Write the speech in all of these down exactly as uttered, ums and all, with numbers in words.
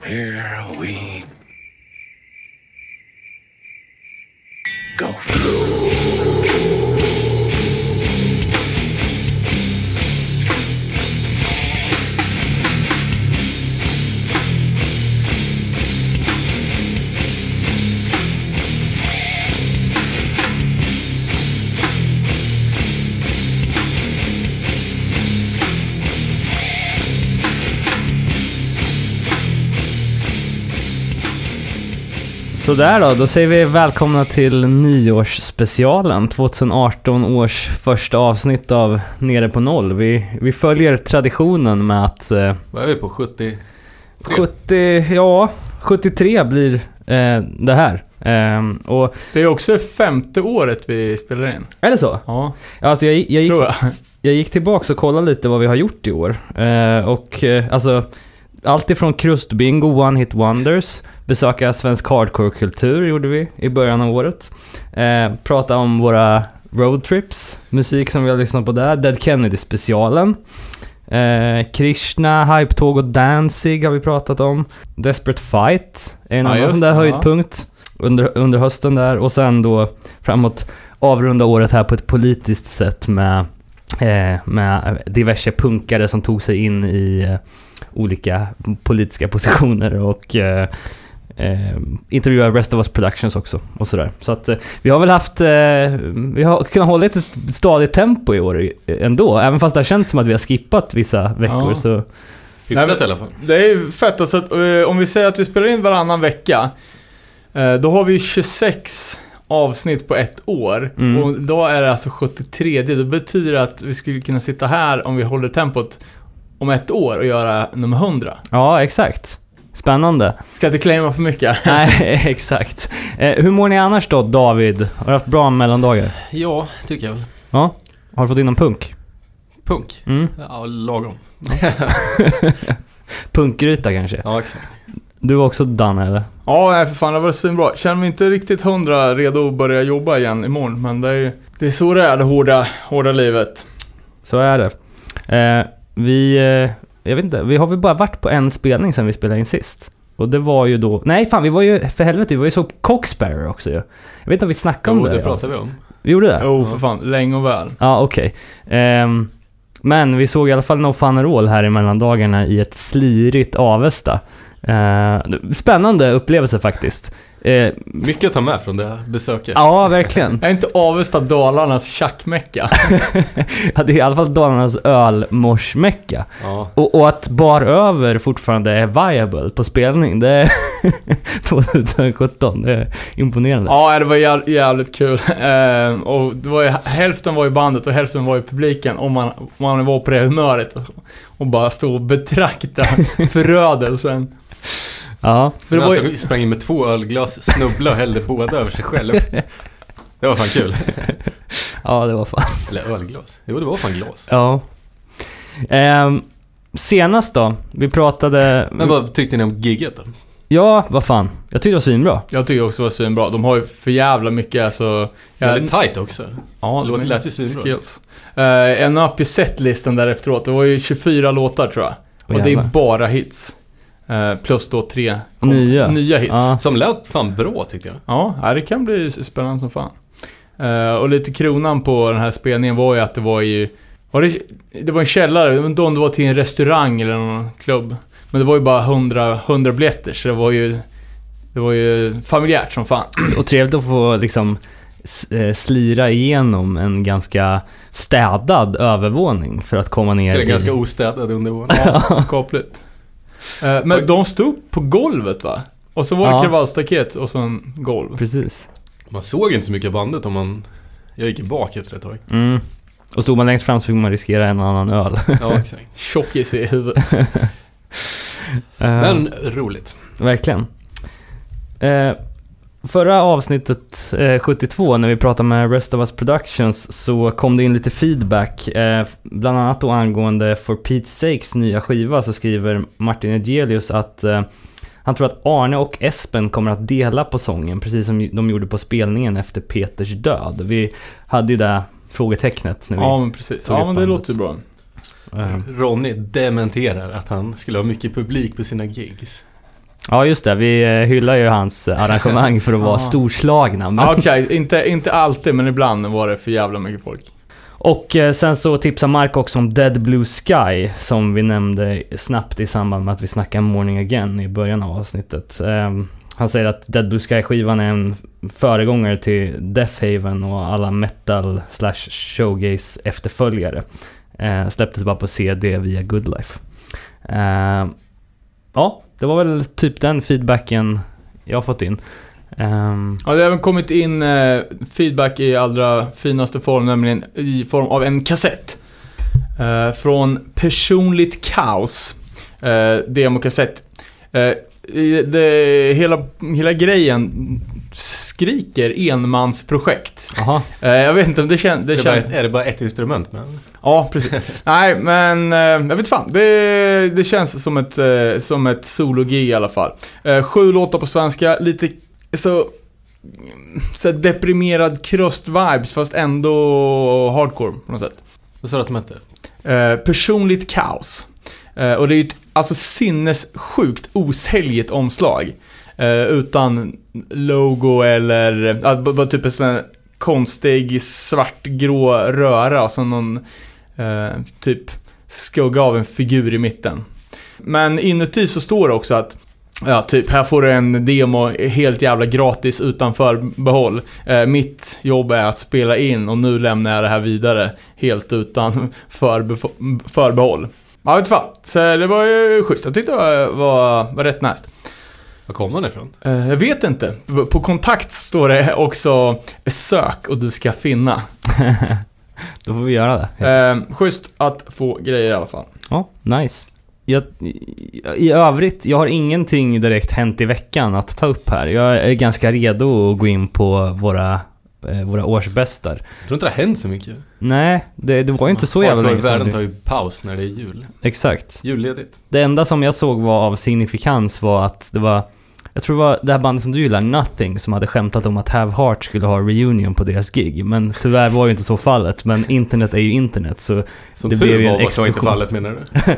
Here we go. Så där då, då säger vi välkomna till nyårsspecialen, tjugoarton års första avsnitt av Nere på noll. Vi, vi följer traditionen med att... Eh, Vad är vi på? sjuttio? sjuttio, ja, sjuttiotre blir eh, det här. Eh, och det är också det femte året vi spelar in. Är det så? Ja, alltså jag, jag, gick, tror jag. jag gick tillbaka och kollade lite vad vi har gjort i år. Eh, och eh, alltså... Allt ifrån krustbingo, one hit wonders, besöka svensk hardcore-kultur gjorde vi i början av året. Eh, prata om våra roadtrips, musik som vi har lyssnat på där, Dead Kennedy-specialen. Eh, Krishna, Hype-tåg och Danzig har vi pratat om. Desperate Fight är en Ja, annan just sån där det, höjdpunkt under, under hösten där. Och sen då framåt avrunda året här på ett politiskt sätt med, eh, med diverse punkare som tog sig in i... Eh, olika politiska positioner och eh, eh, intervjua Rest of Us Productions också och sådär. Så att eh, vi har väl haft eh, vi har kunnat hålla ett stadigt tempo i år ändå, även fast det har känts som att vi har skippat vissa veckor. Ja. Så Hyfsat i alla fall. Det är ju fett alltså att, eh, om vi säger att vi spelar in varannan vecka, eh, då har vi tjugosex avsnitt på ett år. Mm. Och då är det alltså sjuttiotre. Det betyder att vi skulle kunna sitta här om vi håller tempot om ett år och göra nummer hundra. ja, exakt. Spännande. Ska inte claima för mycket. Nej, exakt. Eh, hur mår ni annars då, David? Har du haft bra mellandagar? Ja, tycker jag väl. Ja. Har du fått in någon punk? Punk. Mm. Ja, lagom. Punkgryta kanske? Ja, exakt. Du var också done, eller? Ja, nej, för fan, det var svinbra. Känner mig inte riktigt hundra redo att börja jobba igen imorgon. Men det är, det är så det är, det hårda, hårda livet. Så är det. Eh, vi, eh, jag vet inte, vi har väl bara varit på en spelning sen vi spelade in sist. Och det var ju då... Nej, fan, vi var ju, för helvete, vi var ju så Cocksparrow också ju. Jag vet inte om vi snackade Jo, om det. det pratade vi om. Vi gjorde det? Jo, oh, för fan, länge och väl. Ja, okej. Okay. Eh, men vi såg i alla fall No Fun at All här i mellandagarna i ett slirigt Avesta. Eh, spännande upplevelse faktiskt. Eh, Mycket att ta med från det besöket. ja, verkligen. Är inte Avesta Dalarnas tjackmecka? Ja, det är i alla fall Dalarnas ölmorsmecka. Ja. Och, och att bar över fortfarande är viable på spelning, det är tjugosjutton, det är imponerande. Ja, det var jä- jävligt kul. Eh, och det var ju, hälften var i bandet och hälften var i publiken, om man, om man var på det humöret och, och bara stod och betrakta förödelsen. Ja. För det Men var ju, alltså, sprang in med två ölglas, snubbla och hällde båda över sig själv. Det var fan kul. Ja, det var fan. Eller ölglas. Jo, det var fan glas. Ja. Ehm, senast då, vi pratade... Men vad tyckte ni om gigget då? Ja, vad fan. Jag tyckte det var svinbra. jag tycker också det var svinbra. De har ju för jävla mycket, alltså... Väldigt tight också. Ja, Det låter- de- lät ju svinbra. skills. Uh, en upp i setlistan där efteråt. Det var ju tjugofyra låtar, tror jag. Åh, och det är jävlar. bara hits. Uh, plus då tre kom- Nya. nya hits. Ja. Som lät fan bra, tyckte jag. Ja, ja, det kan bli spännande som fan. Uh, och lite kronan på den här spelningen var ju att det var ju... Var det, det var en källare, jag vet inte om det var till en restaurang eller någon klubb. Men det var ju bara hundra, hundra biljetter, så det var ju... Det var ju familjärt som fan. Och trevligt att få liksom s- eh, slira igenom en ganska städad övervåning för att komma ner Det är i... ganska ostädad undervåning. Ja, skapligt. Uh, men de stod på golvet, va? Och så var det Ja. kravallstaket och så en golv. Precis. Man såg inte så mycket av bandet om man... Jag gick bak efter ett tag. Mm. Och stod man längst fram så fick man riskera en annan öl. Ja, exakt. Tjockis i huvudet. Eh, Men roligt. Verkligen. Eh, förra avsnittet eh, sjuttiotvå, när vi pratade med Rest of Us Productions, så kom det in lite feedback. Eh, bland annat då angående For Pete's Sakes nya skiva, så skriver Martin Egelius att eh, han tror att Arne och Espen kommer att dela på sången, precis som de gjorde på spelningen efter Peters död. Vi hade ju det frågetecknet när vi... Ja, men precis. tog Ja, upp men det bandet. låter ju bra. Eh, Ronny dementerar att han skulle ha mycket publik på sina gigs. Ja, just det. Vi eh, hyllar ju hans arrangemang för att vara Ja. storslagna. Men... Ja, okej, okay. inte, inte alltid, men ibland var det för jävla mycket folk. Och eh, sen så tipsar Mark också om Dead Blue Sky, som vi nämnde snabbt i samband med att vi snackade Morning Again i början av avsnittet. Eh, han säger att Dead Blue Sky-skivan är en föregångare till Death Haven och alla metal slash showgaze efterföljare. Eh, släpptes bara på C D via Good Life. Eh, ja, det var väl typ den feedbacken jag har fått in. Um, Ja, det har även kommit in eh, feedback i allra finaste form, nämligen i form av en kassett. Eh, från Personligt Kaos. Eh, demokassett. Eh, det, hela, hela grejen skriker enmansprojekt. aha. Eh, jag vet inte om det känns... Det Det är, bara känns ett, är det bara ett instrument? Men... Ja, precis. Nej, men eh, jag vet fan. Det, det känns som ett, eh, som ett solo-gig i alla fall. Eh, sju låtar på svenska, lite så, så deprimerad krust-vibes, fast ändå hardcore på något sätt. Vad sa du att de hette? Eh, personligt kaos. Eh, och det är ett alltså sinnessjukt osäljigt omslag. Eh, utan logo eller äh, bara typ en sån här konstig svartgrå röra och så någon eh, typ skugga av en figur i mitten. Men inuti så står det också att ja, typ här får du en demo helt jävla gratis utan förbehåll. Eh, mitt jobb är att spela in och nu lämnar jag det här vidare helt utan förbe- förbehåll. Ja, vet fan. Så det var ju schysst. Jag tyckte det var, var, var rätt nice. Var kommer man ifrån? Eh, jag vet inte. På kontakt står det också sök och du ska finna. Då får vi göra det. Eh, schysst att få grejer i alla fall. Ja, nice. Jag, i, I övrigt, jag har ingenting direkt hänt i veckan att ta upp här. Jag är ganska redo att gå in på våra, eh, våra årsbästar. Jag tror inte det har hänt så mycket. Nej, det, det var ju inte så jävla länge sedan. Världen det- tar ju paus när det är jul. Exakt. Julledigt. Det enda som jag såg var av signifikans var att det var, jag tror det var det här bandet som du gillar, Nothing, som hade skämtat om att Have Heart skulle ha reunion på deras gig. Men tyvärr var ju inte så fallet. Men internet är ju internet, så Som det tur blev ju en var var så inte explosion. fallet, menar du?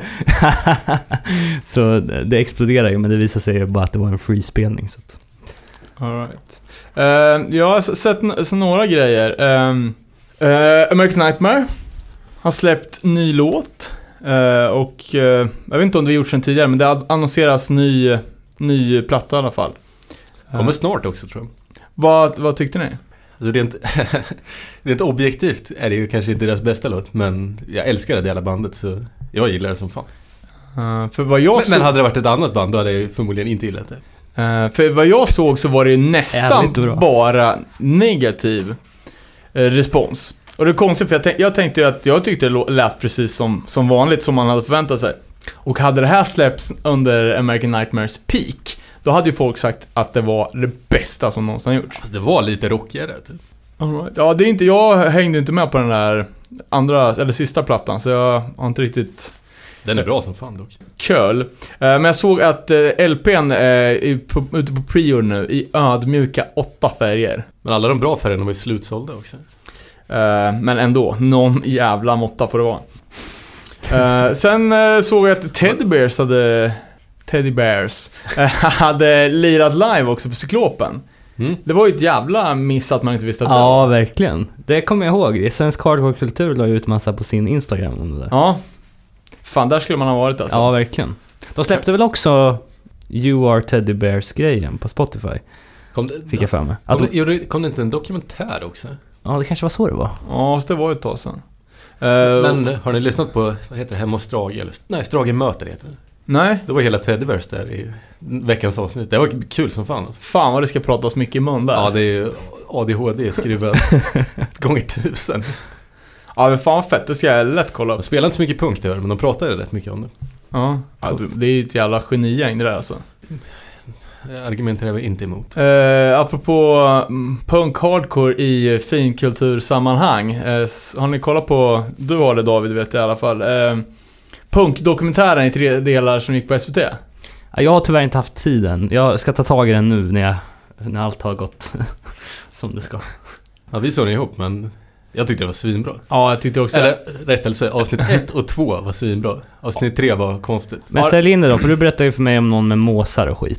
Så det exploderar ju, men det visar sig ju bara att det var en free-spelning. Så att... All right. Uh, jag har sett n- så några grejer. Um, uh, American Nightmare har släppt ny låt. Uh, och uh, jag vet inte om det har gjorts sedan tidigare, men det annonseras ny, ny platta i alla fall. Kommer Uh, snart också, tror jag. vad, vad tyckte ni? Alltså rent, rent objektivt är det ju kanske inte deras bästa låt, men jag älskar det hela bandet, så jag gillar det som fan. Uh, för, vad jag Men, så- men hade det varit ett annat band, då hade jag ju förmodligen inte gillat det. uh, för vad jag såg så var det nästan Jävligt bra. bara negativ uh, respons. Och det är konstigt, för jag, tänk, jag tänkte ju att jag tyckte det lå- lät precis som, som vanligt, som man hade förväntat sig. Och hade det här släppts under American Nightmares peak, då hade ju folk sagt att det var det bästa som någonsin gjorts. Alltså, det var lite rockigare, typ. All right. Ja, det är inte, jag hängde inte med på den där andra, eller sista plattan, så jag har inte riktigt Den är bra som fan dock. köl. Eh, Men jag såg att eh, L P:n är på, ute på prior nu i ödmjuka åtta färger. Men alla de bra färgerna var ju slutsålda också. Eh, Men ändå, någon jävla måtta får det vara. Eh, Sen eh, såg jag att Teddy Bears hade Teddy Bears eh, hade lirat live också på Cyklopen. Mm. Det var ju ett jävla miss att man inte visste att det Ja, var. verkligen. Det kommer jag ihåg. Svensk hardcore-kultur la ju ut massa på sin Instagram om det där. Ja. Fan, där skulle man ha varit alltså. Ja, verkligen. De släppte väl också You Are Teddy Bears-grejen på Spotify, Kom det, fick jag för mig. Att kom, de, det, gjorde- kom det inte en dokumentär också? ja, det kanske var så det var. Ja, fast det var ju ett tag sedan. Eh, Men har ni lyssnat på, vad heter det, Hemma hos Strage? Eller, nej, Strage möter heter det. Nej, Det var hela Teddybears där i veckans avsnitt. Det var kul som fan alltså. fan vad det ska pratas mycket i mun där. Ja, det är A D H D skruvad gånger tusen. Ja, men fan vad fett, det ska jag lätt kolla De upp. spelar inte så mycket punk där, men de pratade rätt mycket om det. Ja, ja du- det är ju ett jävla genigäng det där alltså. Jag argumenterar vi inte emot. Eh, apropå mm, punk hardcore i finkultursammanhang. Eh, s- har ni kollat på, du har det David vet jag i alla fall. Eh, Punk-dokumentären i tre delar som gick på S V T. Ja, jag har tyvärr inte haft tiden. Jag ska ta tag i den nu när, jag, när allt har gått som det ska. Ja, vi såg den ihop, men jag tyckte det var svinbra. Ja, jag tyckte också Eller rättelse, avsnitt ett och två var svinbra. Avsnitt tre var konstigt. Men Ja. sälj in det då, för du berättade ju för mig om någon med måsar och skit.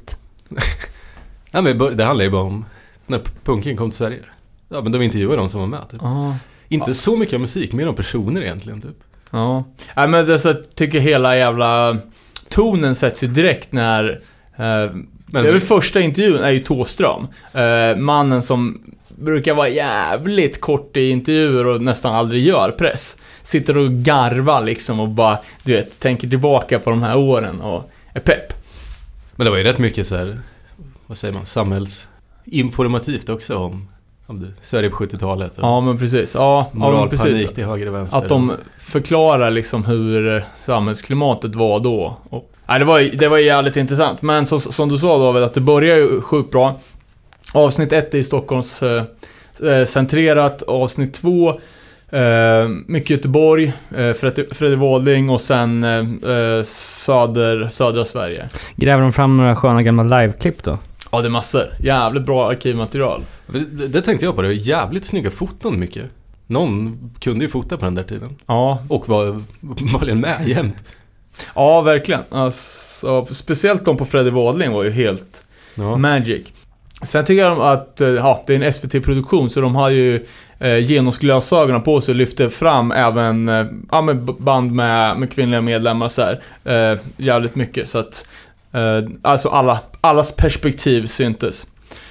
Nej, men det handlar ju bara om när punken kom till Sverige. Ja, men de intervjuade de som var med typ. Ja. Inte Ja. så mycket om musik, mer om personer egentligen typ. Ja. Nej, men det, så jag tycker hela jävla tonen sätts ju direkt när... Eh, Men det är väl första intervjun är ju Thåström. Eh, mannen som brukar vara jävligt kort i intervjuer och nästan aldrig gör press. Sitter och garvar liksom och bara, du vet, tänker tillbaka på de här åren och är pepp. Men det var ju rätt mycket så här, vad säger man, samhällsinformativt också om, om det, Sverige på sjuttiotalet. Och Ja, men precis. Ja, ja men moralpanik precis. till höger och vänster. Att de förklarar liksom hur samhällsklimatet var då. Och, nej, det var det var jävligt intressant. Men så, som du sa David, att det börjar ju sjukt bra. Avsnitt ett är i Stockholms eh, centrerat. Avsnitt två eh, mycket Göteborg, eh, Fred, Fredrik Wadling och sen eh, söder, södra Sverige. Gräver de fram några sköna gamla liveklipp då? Ja, det är massor. Jävligt bra arkivmaterial. Det, det tänkte jag på, det var jävligt snygga foton mycket. Någon kunde ju fota på den där tiden. Ja, Och var, var med jämt. ja verkligen. Alltså, speciellt de på Fredrik Wadling var ju helt Ja. magic. Sen tycker jag att ja, det är en S V T-produktion, så de har ju eh, genusglasögonen på sig och lyfter fram även eh, ja, med band med, med kvinnliga medlemmar så här, eh, jävligt mycket. Så att eh, alltså alla, allas perspektiv syntes.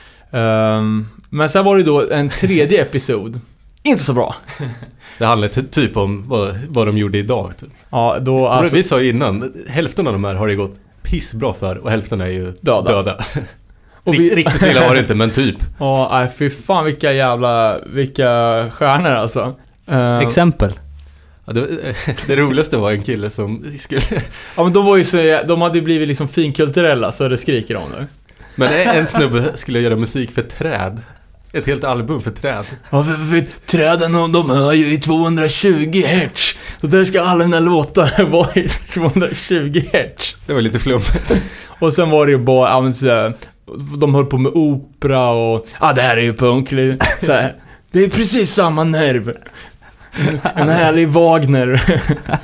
Um, men sen var det då en tredje episod. Inte så bra. Det handlar ty- typ om vad, vad de gjorde idag typ. Ja, då Alltså, alltså, vi sa ju innan, hälften av de här har det gått pissbra för och hälften är ju Döda. döda. och Vi... vi, Riktigt så illa var det inte, men typ. ja, nej, fy fan vilka jävla, vilka stjärnor alltså. Uh, Exempel. Ja, det, det roligaste var en kille som skulle... Ja, men de var ju så, de hade ju blivit liksom finkulturella, så det skriker de nu. Men en snubbe skulle göra musik för träd. Ett helt album för träd. Ja, för, för träden och de hör ju i tvåhundratjugo hertz. Så där ska alla mina låtar vara i tvåhundratjugo hertz. Det var lite flummigt. Och sen var det ju bara, ja, men så här, de höll på med opera och, ja, det här är ju punk. Så här, det är precis samma nerv. En, en härlig Wagner.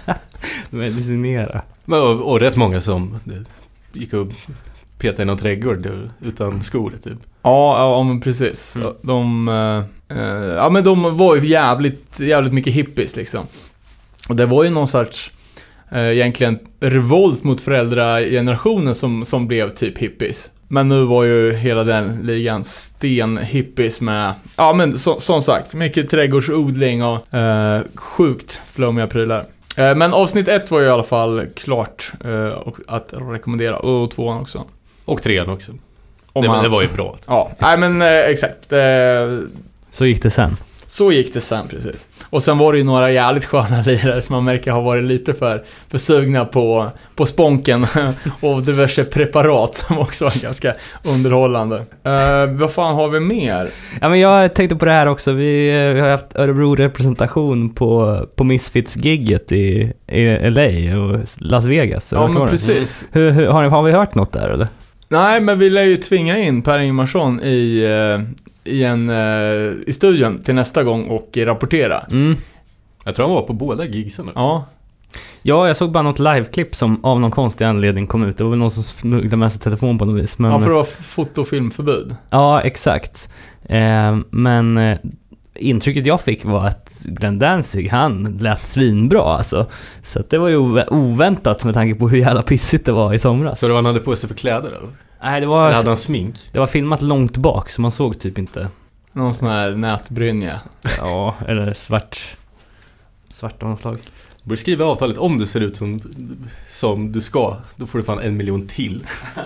Medicinera. Men, och, och rätt många som gick och petade i någon trädgård utan skor typ. Ja, ja, men precis. Mm. De, eh, ja, men de var ju jävligt, jävligt mycket hippies liksom. Och det var ju någon sorts eh, egentligen revolt mot föräldragenerationen som, som blev typ hippies. Men nu var ju hela den ligan sten hippies med, ja men så, som sagt, mycket trädgårdsodling och eh, sjukt flummiga prylar. Eh, men avsnitt ett var ju i alla fall klart eh, och att rekommendera, och tvåan också. Och trean också. Om Det, man, det var ju bra. Ja, nej men eh, exakt. Eh, Så gick det sen. så gick det sen precis. Och sen var det ju några jävligt sköna lirare som man märker har varit lite för, för sugna på, på sponken och diverse preparat som också var ganska underhållande. Uh, vad fan har vi mer? Ja, men jag tänkte på det här också. Vi, vi har haft Örebro-representation på, på Misfits-gigget i, i L A och Las Vegas. Ja, men precis. Hur, hur, har, ni, har vi hört något där eller? Nej, men vi lär ju tvinga in Per Ingmarsson i, uh, i, en, uh, i studion till nästa gång och rapportera. Mm. Jag tror han var på båda gigsen också. Ja. Ja, jag såg bara något liveklipp som av någon konstig anledning kom ut. Det var väl någon som smugglade med sig telefon på något vis. Men, ja, för det var foto- och filmförbud. ja, exakt. Eh, men eh, intrycket jag fick var att Glenn Danzig, han lät svinbra alltså. Så att det var ju ov- oväntat med tanke på hur jävla pissigt det var i somras. Så det var han hade på sig för kläder eller? Nej, det var, Eller hade han smink? det var filmat långt bak så man såg typ inte. Någon sån här nätbrynja. Ja, eller svart. Svart av något slag. Du borde skriva avtalet om du ser ut som, som du ska. Då får du fan en miljon till.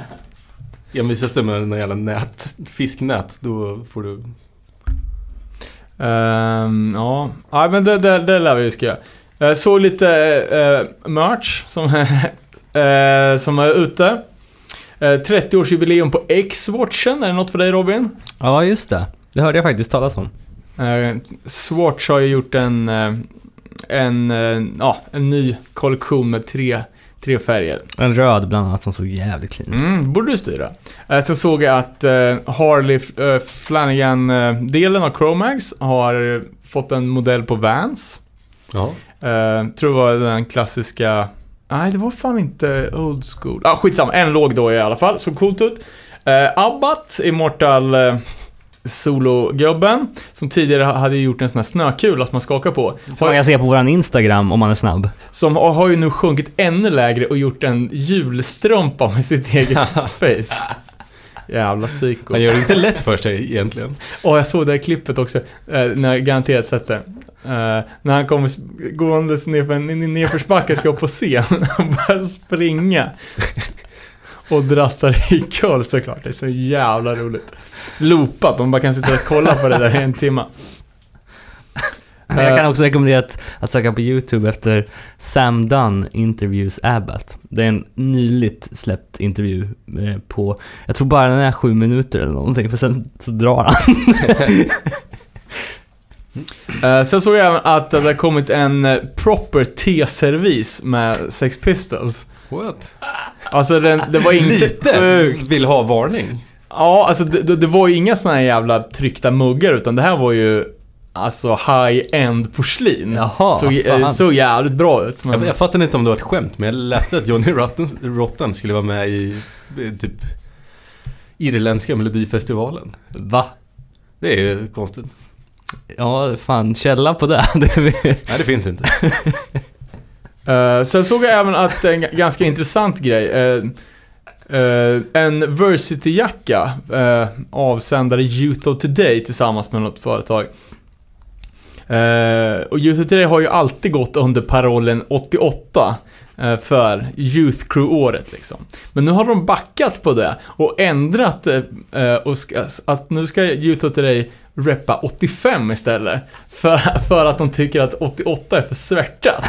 Envisas du med en jävla nät, fisknät, då får du... Um, ja. ja, men det, det, det lär vi ju ska göra. Jag såg lite uh, merch som, uh, som är ute. Uh, trettio-årsjubileum på X-Watchen. Är det något för dig, Robin? Ja, just det. Det hörde jag faktiskt talas om. Uh, Swatch har ju gjort en, uh, en, uh, ja, en ny kollektion med tre, tre färger. En röd bland annat som såg jävligt clean ut. Mm, borde du styra. Uh, sen såg jag att uh, Harley uh, Flanagan-delen av Chromax har fått en modell på Vans. Ja. Uh, tror det var den klassiska. Nej, det var fan inte old school. Ah, skitsamma, en låg då i alla fall. Så coolt ut. Eh, Abbat, Immortal eh, Solo-gubben, som tidigare hade gjort en sån här snökula som man skakar på. Som man kan se på våran Instagram om man är snabb. Som har ju nu sjunkit ännu lägre och gjort en julstrumpa med sitt eget face. Jävla psyko. Han gör det inte lätt för sig egentligen. Och jag såg det här klippet också, eh, när jag garanterat sett det. Uh, när han kommer sp- gåendes ner för en nedförsbacke, ska upp på scen och börjar springa och drattar i kul, såklart. Det är så jävla roligt. Loopat, man bara kan sitta och kolla på det där i en timme. Uh, jag kan också rekommendera att, att söka på YouTube efter Sam Dunn interviews Abbat. Det är en nyligt släppt intervju eh, på, jag tror bara den är sju minuter eller någonting, för sen så drar han. Uh, sen såg jag även att det har kommit en uh, proper te-servis med Sex Pistols. What? Alltså den, det var inte lite sjukt. Vill ha varning. Ja, alltså det, det, det var ju inga såna här jävla tryckta muggar, utan det här var ju alltså high-end porslin. Jaha, så, fan. så jävligt bra ut. Men... Jag, jag fattar inte om det var ett skämt, men jag läste att Johnny Rotten, Rotten skulle vara med i typ irländska melodifestivalen. Va? Det är ju konstigt. Ja, fan, källa på det. det är... Nej, det finns inte. uh, sen såg jag även att en g- ganska intressant grej. Uh, uh, en Versity-jacka uh, avsändare Youth of Today tillsammans med något företag. Uh, och Youth of Today har ju alltid gått under parollen åttioåtta uh, för Youth Crew-året liksom. Men nu har de backat på det och ändrat uh, och ska, att nu ska Youth of Today reppa åttiofem istället, för, för att de tycker att åttioåtta är för svärtat.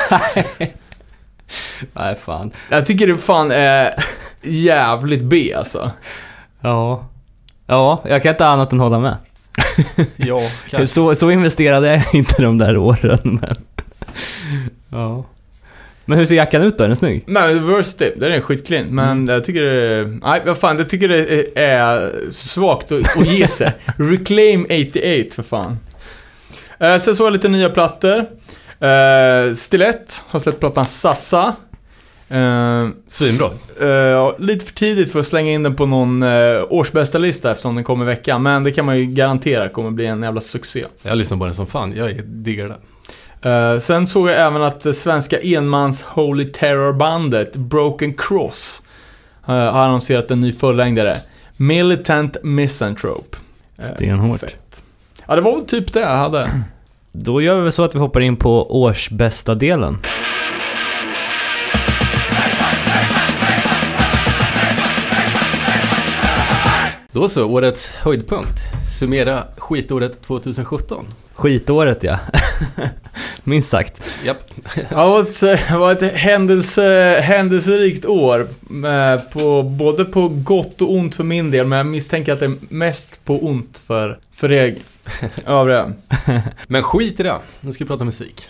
Nej, fan. Jag tycker det fan är jävligt B alltså. Ja. Ja, jag kan inte annat än hålla med. Ja, kanske. Så, så investerade jag inte de där åren, men... Ja. Men hur ser jackan ut då? Är den snygg? Men Versity, det är en skitclean. Men mm. jag tycker det... Nej, vad fan, jag tycker det är svagt att, att ge sig. Reclaim åttioåtta, för fan. Uh, sen så har jag lite nya plattor. Uh, Stilett har släppt plattan Sassa. Uh, Svinbra. Uh, lite för tidigt för att slänga in den på någon uh, årsbästa lista eftersom den kommer i veckan. Men det kan man ju garantera kommer bli en jävla succé. Jag lyssnar på den som fan, jag diggar den. Uh, sen såg jag även att uh, svenska enmans Holy Terror-bandet Broken Cross uh, har annonserat en ny fullängdare, Militant Misanthrope. Uh, Stenhårt. Fett. Ja, det var väl typ det jag hade. Då gör vi väl så att vi hoppar in på årsbästa delen. Då så, årets höjdpunkt. Summera skitåret tjugosjutton. Skitåret, ja. Minst sagt. Japp. Ja, det var ett, det var ett händelse, händelserikt år. eh, På, både på gott och ont för min del. Men jag misstänker att det är mest på ont för, för er övriga. Men skit i det, nu ska vi prata musik.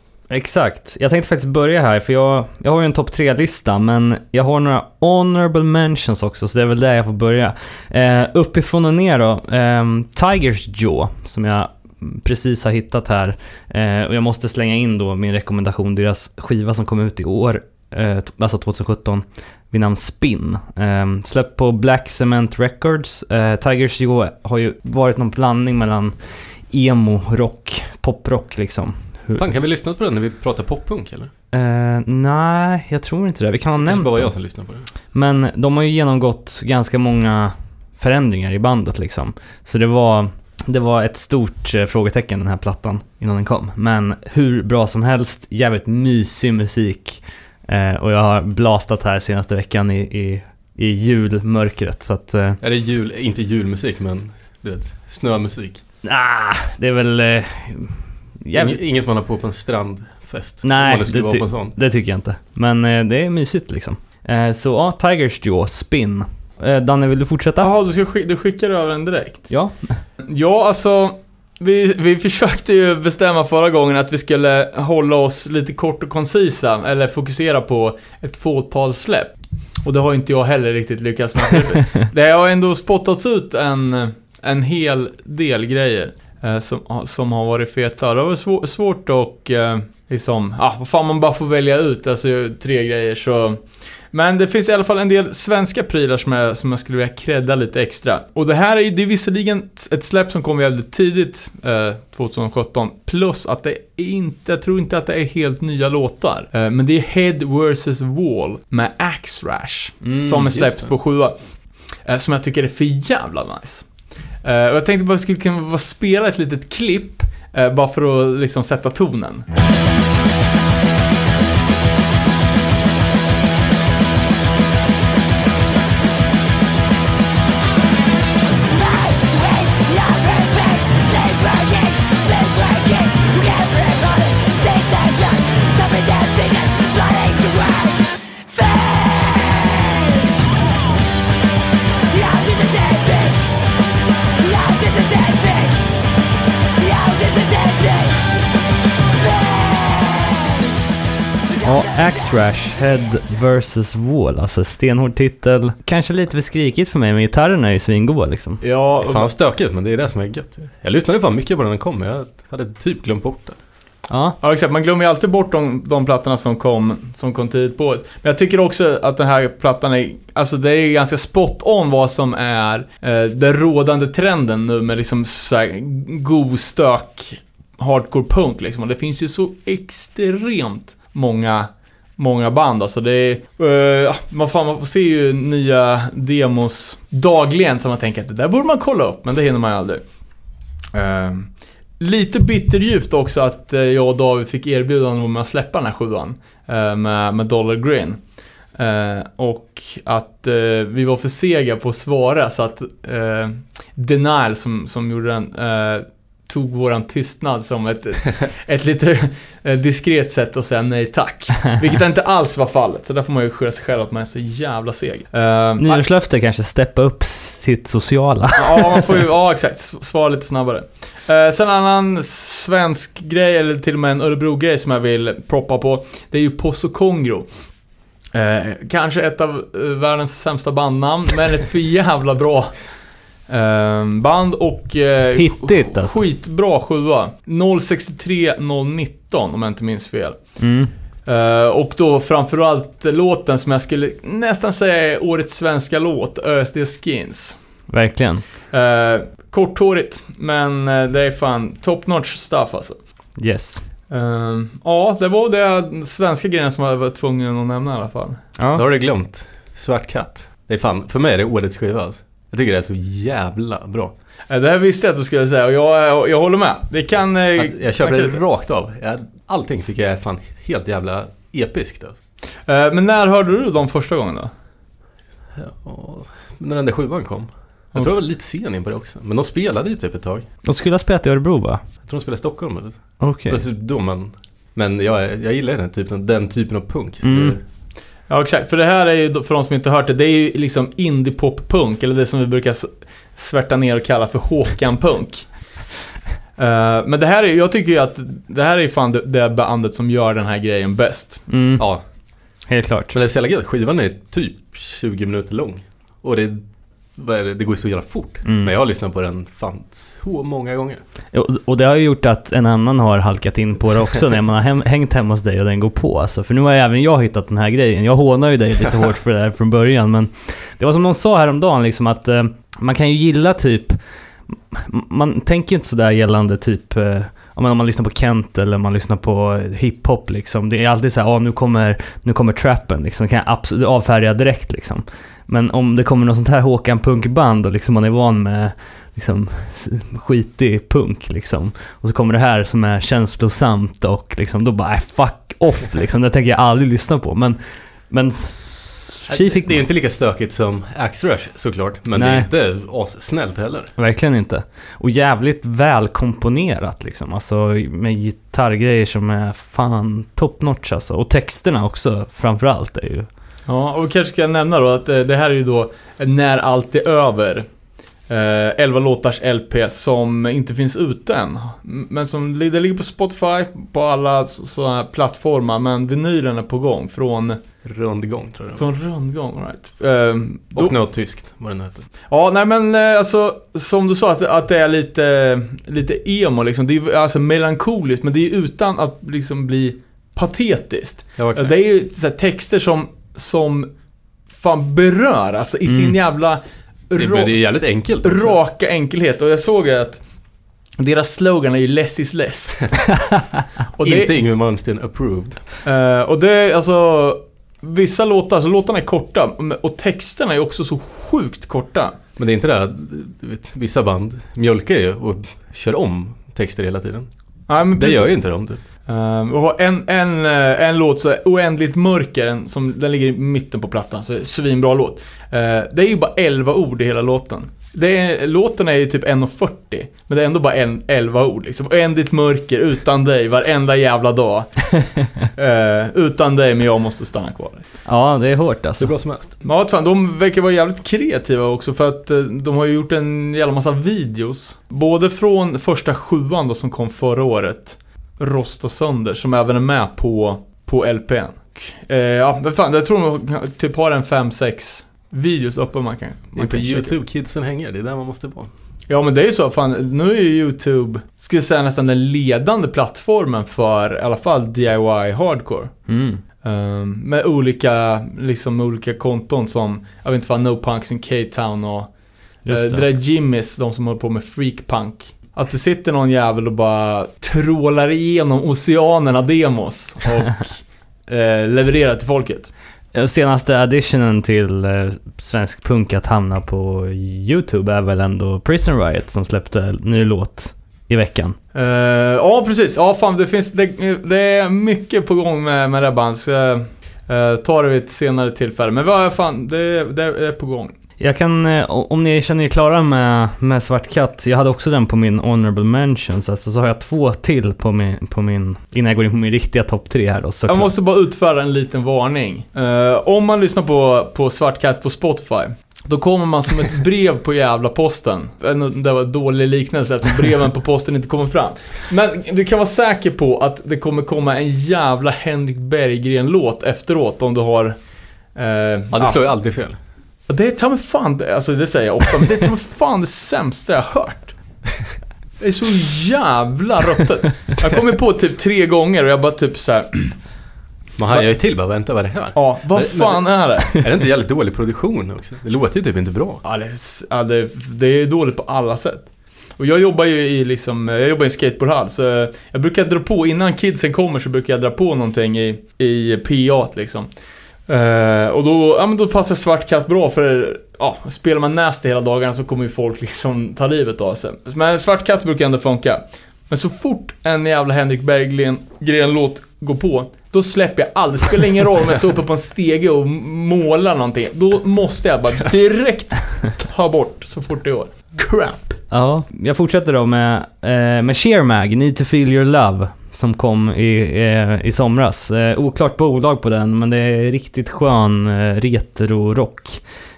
Exakt. Jag tänkte faktiskt börja här, för jag, jag har ju en topp tre-lista, men jag har några honorable mentions också, så det är väl där jag får börja. Eh, uppifrån och ner då, eh, Tigers Jaw, som jag precis har hittat här. Eh, och jag måste slänga in då min rekommendation, deras skiva som kom ut i år, eh, alltså tjugosjutton, vid namn Spin. Eh, släppt på Black Cement Records. Eh, Tigers Jaw har ju varit någon blandning mellan emo, rock, poprock liksom. Fan, kan vi lyssna på den när vi pratar poppunk eller? Uh, nej, jag tror inte det. Vi kan ha nämnt det. Det var dem. jag som lyssnade på det. Men de har ju genomgått ganska många förändringar i bandet liksom. Så det var, det var ett stort uh, frågetecken den här plattan innan den kom. Men hur bra som helst, jävligt mysig musik. Uh, och jag har blastat här senaste veckan i, i, i julmörkret. Så att, uh, är det jul, inte julmusik men du vet, snömusik? nah, det är väl... Uh, Jävligt. Inget man har på på en strandfest. Nej, det, det, ty- det tycker jag inte. Men eh, det är mysigt liksom. Eh, så ja, Tigers Jaw, Spin. Eh, Danne, vill du fortsätta? Jaha, du, ska sk- du skickar över den direkt? Ja. Ja, alltså... Vi, vi försökte ju bestämma förra gången att vi skulle hålla oss lite kort och koncisa. Eller fokusera på ett fåtal släpp. Och det har inte jag heller riktigt lyckats med. Det har ändå spottats ut en, en hel del grejer. Som, som har varit feta. Det var svår, svårt och eh, liksom, ah, vad fan man bara får välja ut, alltså tre grejer så Men det finns i alla fall en del svenska prylar som jag, som jag skulle vilja credda lite extra. Och det här är, det är visserligen ett släpp som kom väldigt tidigt, eh, tjugohundrasjutton. Plus att det är inte, jag tror inte att det är helt nya låtar. Eh, men det är Head versus. Wall med Axe-Rash. Mm, som är släppt på sjua. Eh, som jag tycker är för jävla nice. Eh, och jag tänkte bara att jag skulle kunna bara spela ett litet klipp. Eh, bara för att liksom sätta tonen. Ja, Axe-Rash, Head versus. Wall. Alltså stenhård titel. Kanske lite för skrikigt för mig, men gitarrerna är ju svingoda liksom. Ja, Det är fan stökigt, men det är det som är gött. Jag lyssnade fan mycket på när den kom, jag hade typ glömt bort det. Ja. Ja, exakt. Man glömmer ju alltid bort de, de plattorna som kom, som kom tidigt på. Men jag tycker också att den här plattan är, alltså det är ganska spot on vad som är eh, den rådande trenden nu med liksom så här god stök hardcore punk liksom. Och det finns ju så extremt många många band, alltså det är uh, man, fan, man får se ju nya demos dagligen som man tänker att det där borde man kolla upp, men det hinner man ju aldrig. Uh, lite bitterljuvt också att uh, jag och David fick erbjudande om att släppa den här sjuan uh, med, med Dollar Green. Uh, och att uh, vi var för sega på att svara, så att uh, Denial som, som gjorde den uh, tog våran tystnad som ett, ett, ett lite diskret sätt att säga nej tack. Vilket inte alls var fallet. Så där får man ju skylla sig själv att man är så jävla seg. Uh, Nyårslöfte kanske steppa upp sitt sociala. Ja, man får ju, ja exakt, svara lite snabbare. Uh, sen en annan svensk grej, eller till och med en Örebro-grej som jag vill proppa på. Det är ju Posso Kongro. Uh, kanske ett av uh, världens sämsta bandnamn, men ett för jävla bra Um, band och uh, Hittigt, alltså. Skitbra sjua noll sex tre noll nitton om jag inte minns fel. Mm. uh, Och då framförallt låten som jag skulle nästan säga är årets svenska låt, Ö S D Skins. Verkligen. uh, Korthårigt, men uh, det är fan top notch stuff alltså. Yes. uh, Ja, det var det svenska grejen som jag var tvungen att nämna i alla fall. Då Ja. har du glömt Svart katt. Det är fan, för mig är det årets skiva alltså. Jag tycker det är så jävla bra. Det här visste jag att du skulle säga, och jag, jag håller med. Vi kan... eh, Jag, jag köper det snacka- rakt av. Jag, allting tycker jag är fan helt jävla episkt alltså. Eh, Men när hörde du dem första gången då? Ja, när den där sjuan kom. Jag tror jag var lite sen in på det också. Men de spelade ju typ ett tag. De skulle ha spelat i Örebro, va? Jag tror de spelade i Stockholm eller så. Okej. Det var typ då, men, men jag, jag gillar den typen, den typen av punk. Så Mm. det, Ja, exakt. För det här är ju, för de som inte har hört det, det är ju liksom indie-pop-punk, eller det som vi brukar s- svärta ner och kalla för Håkan-punk. Uh, men det här är, jag tycker ju att det här är fan det, det bandet som gör den här grejen bäst. Mm. ja, Helt klart. men det är så jävla gött. Skivan är typ tjugo minuter lång. Och det, vad är det, det går ju så jävla fort. Mm. Men jag har lyssnat på den fan så många gånger. Och, och det har ju gjort att en annan har halkat in på det också när man har hem, hängt hemma hos dig och den går på. Alltså. För nu har även jag hittat den här grejen. Jag hånar ju dig lite hårt för det där från början. Men det var som någon sa häromdagen, liksom, att eh, man kan ju gilla typ... Man tänker ju inte sådär gällande typ... Eh, om man lyssnar på Kent eller man lyssnar på hiphop liksom. Det är alltid så här, ah, nu kommer nu kommer trappen liksom. Det kan jag absolut avfärdiga direkt liksom. Men om det kommer något sånt här Håkan punkband och liksom man är van med liksom skitig punk liksom, och så kommer det här som är känslosamt och liksom då bara äh, fuck off liksom. Det tänker jag aldrig lyssna på. Men men s- fick Det är inte lika stökigt som Axe-Rash såklart. Men Nej. det är inte snällt heller. verkligen inte. Och jävligt välkomponerat liksom. Alltså med gitarrgrejer som är fan top notch alltså. Och texterna också framförallt är ju... Ja, och vi kanske ska nämna då att eh, det här är ju då När allt är över. Eh, elva låtars L P som inte finns ute än. Men som det ligger på Spotify, på alla sådana plattformar. Men vinylen är på gång från, Rundgång tror jag. från rundgång, right? Eh, då, Och något tyskt, vad den heter. ja, nej men eh, alltså som du sa att, att det är lite, lite emo liksom. Det är ju alltså melankoliskt, men det är ju utan att liksom bli patetiskt. Ja, exakt. Det är ju så här, texter som som fan berör, alltså i sin Mm. jävla Det, ra- men det är jävligt enkelt också. raka enkelhet. Och jag såg att deras slogan är ju less is less. och det, Inte Yngwie Malmsteen approved. eh, och det är alltså vissa låtar, alltså låtarna är korta och texterna är också så sjukt korta. Men det är inte det att du vet, vissa band mjölkar ju och kör om texter hela tiden. Ja, men Det precis. gör ju inte de. Du. Um, och har en, en, eh, en låt så är Oändligt mörker, en, som, den ligger i mitten på plattan, så är det svinbra låt. Uh, det är ju bara elva ord i hela låten. Det är, låten är ju typ en fyrtio, men det är ändå bara en, elva ord liksom. Oändligt mörker, utan dig, varenda jävla dag. uh, utan dig, men jag måste stanna kvar. Ja, det är hårt Det alltså. är bra som helst. Ja, fan, de verkar vara jävligt kreativa också, för att uh, de har ju gjort en jävla massa videos. Både från första sjuan då, som kom förra året, Rost och sönder, som även är med på, på L P:n. Eh, ja, men fan, jag tror de typ har en fem sex videos uppe man kan, Det är man på kan checka. YouTube-kidsen hänger, det är där man måste vara. Ja, men det är ju så, fan, nu är ju YouTube, ska jag säga, nästan den ledande plattformen för i alla fall D I Y hardcore. Mm. Um, med olika, liksom med olika konton som, jag vet inte vad, No Punks in K-Town och Just uh, det. det där Jimmys, de som håller på med Freak Punk. Att det sitter någon jävel och bara trålar igenom oceanerna demos och eh, levererar till folket. Senaste additionen till eh, svensk punk att hamna på YouTube är väl ändå Prison Riot som släppte en ny låt i veckan. Uh, ja, precis. Ja, fan, det finns det, det är mycket på gång med, med det här bandet. Så jag uh, tar det vid ett senare tillfälle. Men vad fan, det, det är på gång. Jag kan, eh, om ni känner er klara med, med Svart Katt, jag hade också den på min honorable mentions, alltså så har jag två till på min, på min innan jag går in på min riktiga topp tre här då, såklart. Jag måste bara utföra en liten varning. Uh, om man lyssnar på, på Svart Katt på Spotify, då kommer man som ett brev på jävla posten. Det var en dålig liknelse eftersom breven på posten inte kommer fram. Men du kan vara säker på att det kommer komma en jävla Henrik Berggren-låt efteråt om du har... Uh, Ja, det slår ju aldrig fel. Det är ta mig fan, alltså det säger jag ofta, men det är ta mig fan det sämsta jag har hört. Det är så jävla ruttet. Jag kommer på typ tre gånger och jag bara typ så här. Man hajar ju till bara, vänta, vad är det här? Ja, vad Men- fan är det? Är det inte jävligt dålig produktion också? Det låter ju typ inte bra. Ja, det, är, ja, det, det är dåligt på alla sätt. Och jag jobbar ju i liksom, jag jobbar i en skateboardhall, så jag brukar dra på, innan kidsen kommer så brukar jag dra på någonting i, i P A liksom. Uh, och då, ja, men då passar Svart Katt bra, för ja, spelar man Nasty hela dagarna så kommer ju folk liksom ta livet av sig. Men Svart Katt brukar ändå funka. Men så fort en jävla Henrik Berggren-låt går på, då släpper jag aldrig. Det spelar ingen roll om jag står uppe på en stege och målar någonting. Då måste jag bara direkt ta bort så fort det går. Crap. Ja, jag fortsätter då med, eh, med Sheer Mag, Need to Feel Your Love, som kom i, eh, i somras. Eh, oklart bolag på den, men det är riktigt skön eh, retro-rock.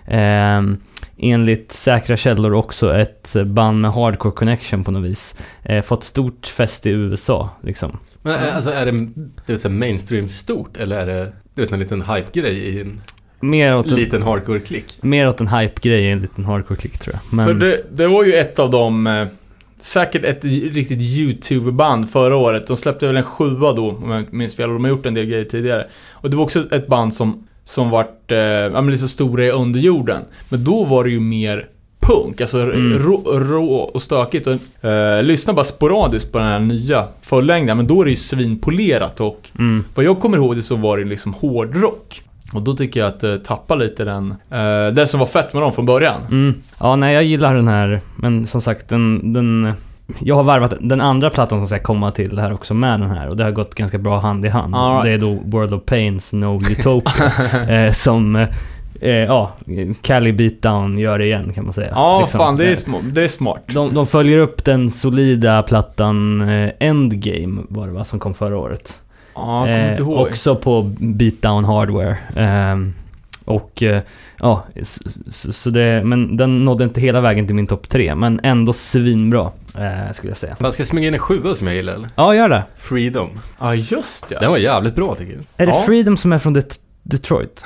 Eh, enligt säkra källor också ett band med hardcore connection på något vis. Eh, fått stort fäste i U S A, liksom. Men eh, alltså, är det, det vet, så här mainstream stort, eller är det, du vet, en liten hype-grej i en Mer åt en, liten hardcore-klick? mer åt en hype-grej i en liten hardcore-klick, tror jag. Men, För det, det var ju ett av dem, eh, säkert ett riktigt YouTube-band förra året. De släppte väl en sjua då, om jag inte minns fel. Och de har gjort en del grejer tidigare. Och det var också ett band som, som vart eh, ja, men lite så stora i underjorden. Men då var det ju mer punk, alltså Mm. rå, rå och stökigt. Och, eh, lyssna bara sporadiskt på den här nya förlängden, men då är det ju svinpolerat. Och mm. vad jag kommer ihåg det så var det liksom hårdrock. Och då tycker jag att det tappar lite den eh, det som var fett med dem från början. Mm. Ja, nej, jag gillar den här. Men som sagt, den, den, jag har varvat den andra plattan som ska komma till det här också med den här. Och det har gått ganska bra hand i hand. All right. Det är då World of Pains No Utopia. eh, som, eh, ja, Cali Beatdown gör det igen, kan man säga. Ja, Liksom. fan, det är, Eh, sm- det är smart. de, de följer upp den solida plattan eh, Endgame, var det va, som kom förra året. Ja, jag kommer inte Eh, ihåg. också på Beatdown Hardware. Ehm, och eh, ja, så, så det, men den nådde inte hela vägen till min topp tre, men ändå svinbra, eh, skulle jag säga. Man ska smyga in en sjua som jag gillar, eller? Ja, gör det. Freedom. Ja, just det. Den var jävligt bra, tycker jag. Är det Ja. Freedom som är från det, Detroit.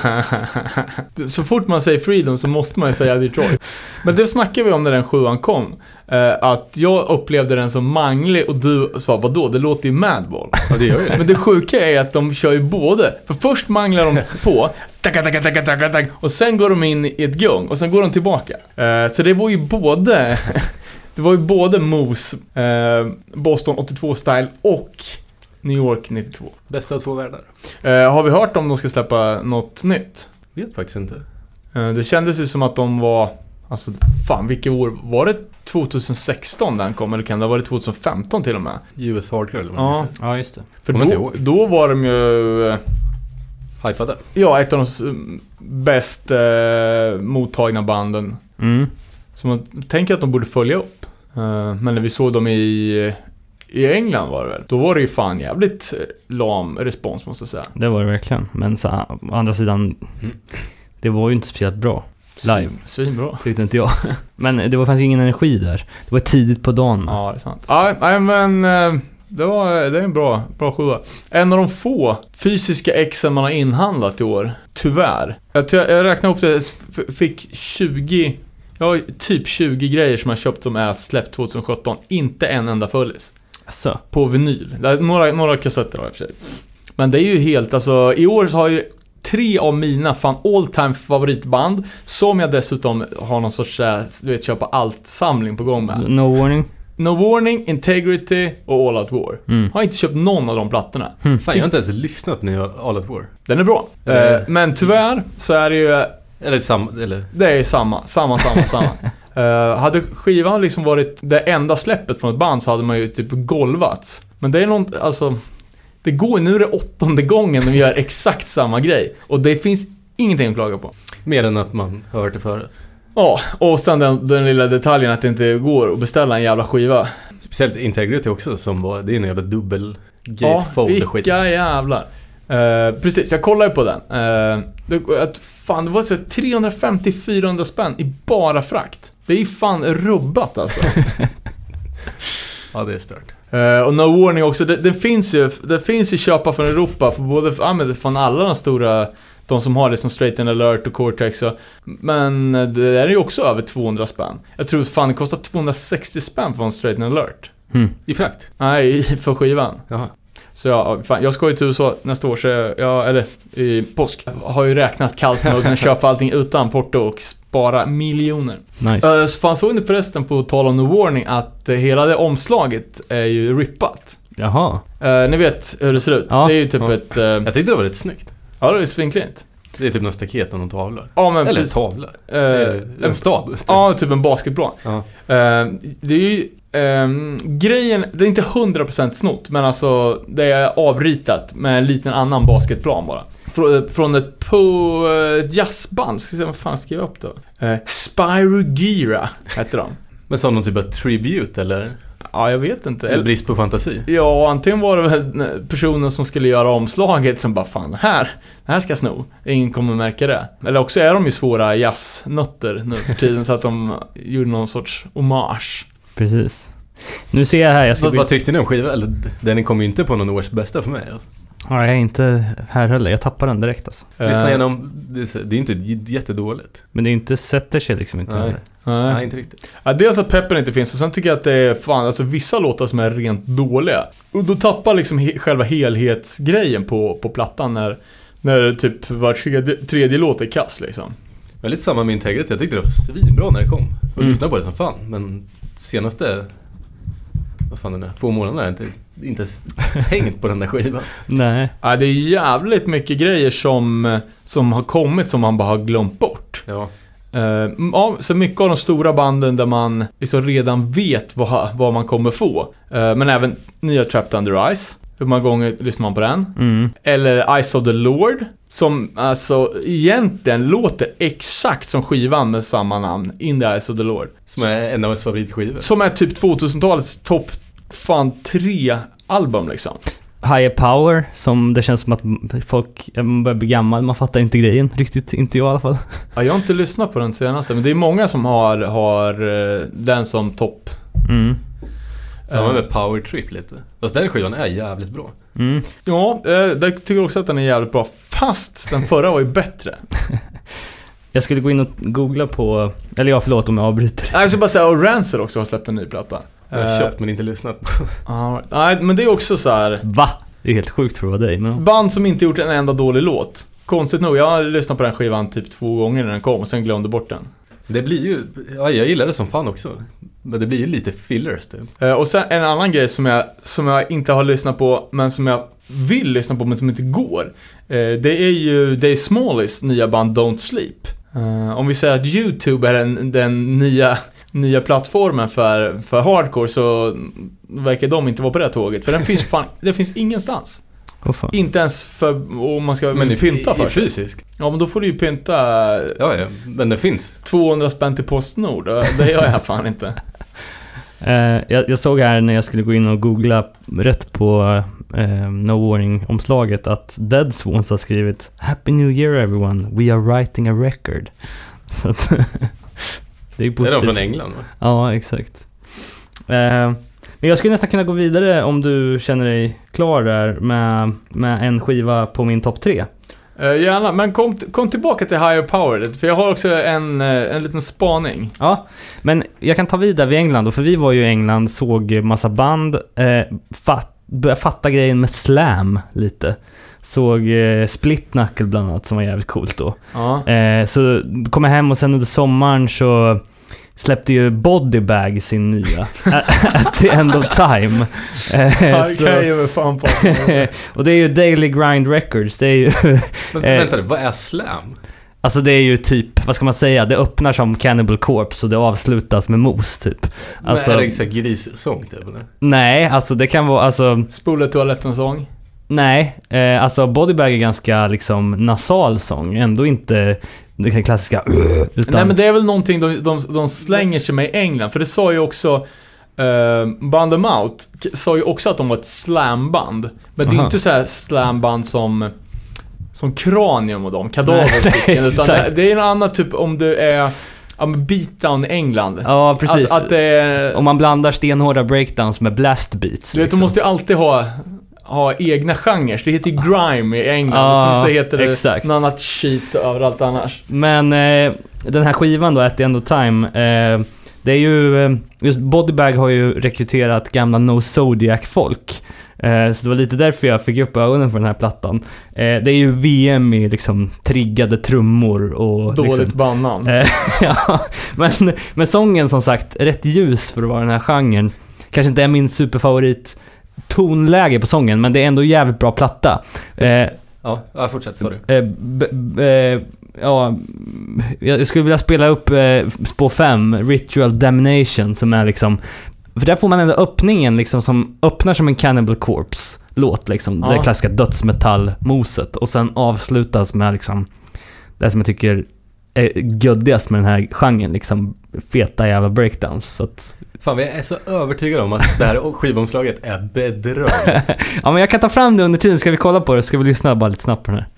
Så fort man säger Freedom så måste man ju säga Detroit. Men det snackade vi om när den sjuan kom. Uh, att jag upplevde den som manglig och du sa, vadå? Det låter ju Madball. Ja, det gör ju det. Men det sjuka är att de kör ju både. För först manglar de på taka, taka, taka, taka, taka, och sen går de in i ett gung och sen går de tillbaka. Uh, så det var ju både det var ju både Moose, uh, Boston åttiotvå-style och New York nittiotvå. Bästa av två världar. Uh, har vi hört om de ska släppa något nytt? Vet faktiskt inte. Uh, det kändes ju som att de var, alltså fan, vilket år var det? tjugohundrasexton den kom, eller kan det ha varit tjugohundrafemton till och med? U S Hardcore eller vad Ja. det heter. Ja, just det. För Kommer inte då, ihåg. då var de ju uh, Hypade. ja, ett av de s- bäst uh, mottagna banden. Mm. Så man tänker att de borde följa upp. Uh, men när vi såg dem i i England var det väl, då var det ju fan jävligt lam respons, måste jag säga. Det var det verkligen. Men så, å andra sidan, det var ju inte speciellt bra live. Svinbra. Tyckte inte jag. Men det var, fanns ju ingen energi där. Det var tidigt på dagen. Ja, det är sant. Ja, nej, men uh, det, var, det är en bra, bra sjua. En av de få fysiska exen man har inhandlat i år, tyvärr. Jag, jag, jag räknade upp det, f- fick tjugo, ja, typ tjugo grejer som jag köpt som är släppt tjugosjutton. Inte en enda fullis. Alltså. På vinyl. Det är några, några kassetter har jag för sig. Men det är ju helt, alltså i år har ju tre av mina fan all time favoritband, som jag dessutom har någon sorts, du vet, köpa allt-samling på gång med. No Warning. No Warning, Integrity och All Out War. Mm. Har inte köpt någon av de plattorna. Fan, jag har inte ens lyssnat på nya All Out War. Den är bra. Eller- Eh, men tyvärr så är det ju, Eller samma, eller... det är samma, samma, samma, samma. Uh, hade skivan liksom varit det enda släppet från ett band så hade man ju typ golvats. Men det är någon, alltså, det går, nu är det åttonde gången de gör exakt samma grej. Och det finns ingenting att klaga på. Mer än att man har hört det förut. Ja, och sen den, den lilla detaljen att det inte går att beställa en jävla skiva. Speciellt Integrity också, som var, det är en jävla dubbel Ja, gatefold skit. vilka jävlar. Uh, precis, jag kollade ju på den. Uh, det, att, fan, det var så trehundrafemtio till fyrahundra spänn i bara frakt. Det är fan rubbat alltså. Ja, det är stört. Uh, och No Warning också, det, det finns ju det finns ju köpa från Europa för både ja, men från alla de stora, de som har det som Straight and Alert och Cortex och, men det är ju också över tvåhundra spänn. Jag tror fan det kostar tvåhundrasextio spänn från Straight and Alert. Mm. I frakt? Nej, för skivan. Jaha. Så ja, fan, jag ska ju till U S A nästa år, så jag, eller i påsk. Jag har ju räknat kallt med att kunna köpa allting utan porto och spara miljoner. Nice. Uh, så fan, såg ni förresten på tal om No Warning att uh, hela det omslaget är ju rippat. Jaha. Uh, ni vet hur det ser ut. Ja. Det är ju typ Ja. ett... Uh, Jag tyckte det var rätt snyggt. ja, det är svinklint. Det är typ någon staket och någon tavla. Ja, men Eller en precis. tavla. Uh, en, en stad. ja, typ en basketplan. Ja. Uh, det är ju... Um, grejen, det är inte hundra procent snott, men alltså det är avritat med en liten annan basketplan bara. Frå, från ett på uh, jazzband, ska jag se vad fan skrev jag upp då? Uh, Spyro Gyra heter de. Men som någon typ av tribute, eller? Ja, jag vet inte. Eller brist på fantasi. Ja, antingen var det väl personen som skulle göra omslaget som bara, fan, här, det här ska jag sno. Ingen kommer märka det. Eller också är de ju svåra jazznötter nu för tiden, så att de gjorde någon sorts hommage. Precis. Nu ser jag här, jag ska Vad, bli... vad tyckte ni om skivan? Eller, den kom ju inte på någon års bästa för mig. Alltså. Ja, jag är inte här heller. Jag tappar den direkt alltså. Lyssna Eh, igenom, det är, det är inte j- jättedåligt. Men det inte sätter sig liksom inte Nej. heller. Nej. Nej, inte riktigt. Ja, dels att peppen inte finns, och sen tycker jag att det är fan, alltså vissa låtar som är rent dåliga. Och då tappar liksom he- själva helhetsgrejen på, på plattan när, när typ var tredje, tredje låt är kass liksom. Men lite samma med Integrity. Jag tyckte det var svinbra när det kom. Och Mm. lyssnade på det som fan. Men senaste, vad fan är det, två månader har jag inte, inte ens tänkt på den där skivan. Nej. Ja, det är jävligt mycket grejer som, som har kommit som man bara har glömt bort. Ja. Uh, ja, så mycket av de stora banden där man liksom redan vet vad, vad man kommer få. Uh, men även nya Trapped Under Ice. Hur många gånger lyssnar man på den? Mm. Eller Eyes of the Lord, som alltså egentligen låter exakt som skivan med samma namn, In the Eyes of the Lord. Som är en av ens favoritskivor. Som är typ tvåtusentalets topp fan tre album liksom. Higher Power, som det känns som att folk man börjar bli gammal, man fattar inte grejen riktigt, inte jag i alla fall. Ja, jag har inte lyssnat på den senaste, men det är många som har, har eh, den som topp. Mm. Samma med Power Trip lite. Fast den skivan är jävligt bra. Mm. Ja, jag tycker också att den är jävligt bra. Fast den förra var ju bättre. Jag skulle gå in och googla på... Eller ja, förlåt om jag avbryter. Jag ska bara säga att Rancid också har släppt en ny platta. Jag har köpt men inte lyssnat på. Uh, nej, men det är också så här. Va? Det är helt sjukt för att vara dig. Men... Band som inte gjort en enda dålig låt. Konstigt nog, jag har lyssnat på den skivan typ två gånger när den kom och sen glömde bort den. Det blir ju... Ja, jag gillar det som fan också. Men det blir ju lite fillers typ. Uh, och sen en annan grej som jag, som jag inte har lyssnat på, men som jag vill lyssna på men som inte går. Uh, det är ju Dave Smalls nya band Don't Sleep. Uh, om vi säger att YouTube är den, den nya, nya plattformen för, för hardcore, så verkar de inte vara på det tåget. För den finns fan, det finns ingenstans. Oh, fan. Inte ens för om man ska men i, pynta för i fysiskt. Ja, men då får du ju pynta Ja, ja, men det finns tvåhundra spänn till Postnord. Det gör jag fan inte. uh, jag, jag såg här när jag skulle gå in och googla rätt på uh, No Warning-omslaget att Dead Swans har skrivit Happy New Year everyone, we are writing a record. Så att det är positivt. Det är de från England, va? Ja, exakt. Uh, Men jag skulle nästan kunna gå vidare om du känner dig klar där med, med en skiva på min topp tre. Uh, gärna, men kom, kom tillbaka till Higher Power, för jag har också en, en liten spaning. Ja, men jag kan ta vidare vid England då, för vi var ju i England, såg massa band, eh, fatt, började fatta grejen med slam lite. Såg eh, Split Knuckle bland annat som var jävligt coolt då. Ja. Eh, så kom jag hem och sen under sommaren så släppte ju Bodybag sin nya At the End of Time. Eh, så, kan ju fan på. och det är ju Daily Grind Records. Det är ju Men eh, vänta, vad är slam? alltså det är ju typ, vad ska man säga, det öppnar som Cannibal Corpse och det avslutas med mos typ. Alltså, men är det så grissång typ eller? Nej, alltså det kan vara alltså Spola toaletten sång. nej, eh, alltså Bodybag är ganska liksom nasal sång, ändå inte det klassiska utan... Nej, men det är väl någonting de, de, de slänger sig med i England. För det sa ju också uh, Band Them Out sa ju också att de var ett slamband. Men det är ju inte så här slamband som Som Cranium och de Kadaverstycken, utan det, det är en annan typ om du är ja, beatdown i England. Ja, precis. Att, att det är, om man blandar stenhårda breakdowns med blast beats. Du vet, liksom. du måste ju alltid ha ha egna genrer. Det heter ju grime i England. Ja, så heter det exakt. något annat shit överallt annars. Men eh, den här skivan då, At the End of Time, eh, det är ju eh, just Bodybag har ju rekryterat gamla No Zodiac-folk. Eh, så det var lite därför jag fick upp ögonen för den här plattan. Eh, det är ju V M i liksom triggade trummor och dåligt liksom, bandnamn. Eh, ja, men, men sången som sagt, rätt ljus för att vara den här genren. Kanske inte är min superfavorit tonläge på sången, men det är ändå jävligt bra platta. Eh, ja, jag fortsätter, sorry. Eh, b- b- eh, ja, jag skulle vilja spela upp eh, spår fem, Ritual Damnation, som är liksom, för där får man ändå öppningen liksom som öppnar som en Cannibal Corpse låt liksom, Ja. det klassiska dödsmetallmoset, och sen avslutas med liksom det som jag tycker är göddigast med den här genren, liksom feta jävla breakdowns. Så att... Fan, vi är så övertygade om att det här skivomslaget är bedrövligt. Ja, men jag kan ta fram det under tiden. Ska vi kolla på det? Ska vi lyssna bara lite snabbt på den här?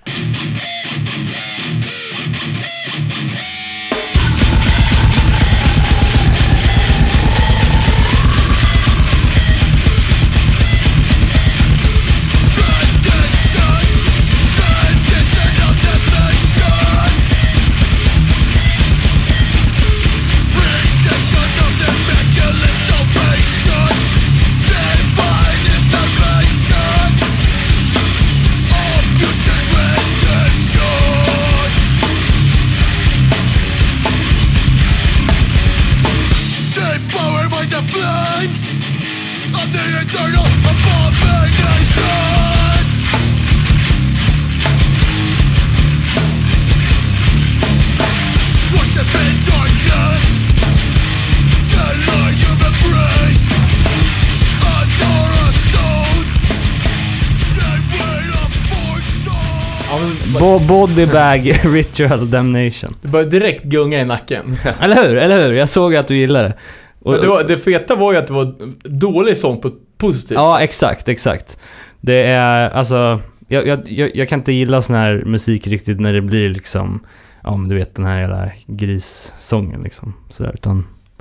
Bo- Bodybag Ritual Damnation. Det börjar direkt gunga i nacken. Eller hur? Eller hur? Jag såg att du gillade det. Och, Men det, var, det feta var ju att det var dålig sång på ett positivt. ja, exakt, exakt. Det är, alltså, jag, jag, jag, jag kan inte gilla sån här musik riktigt när det blir liksom, ja men du vet den här jävla grissången liksom, sådär, utan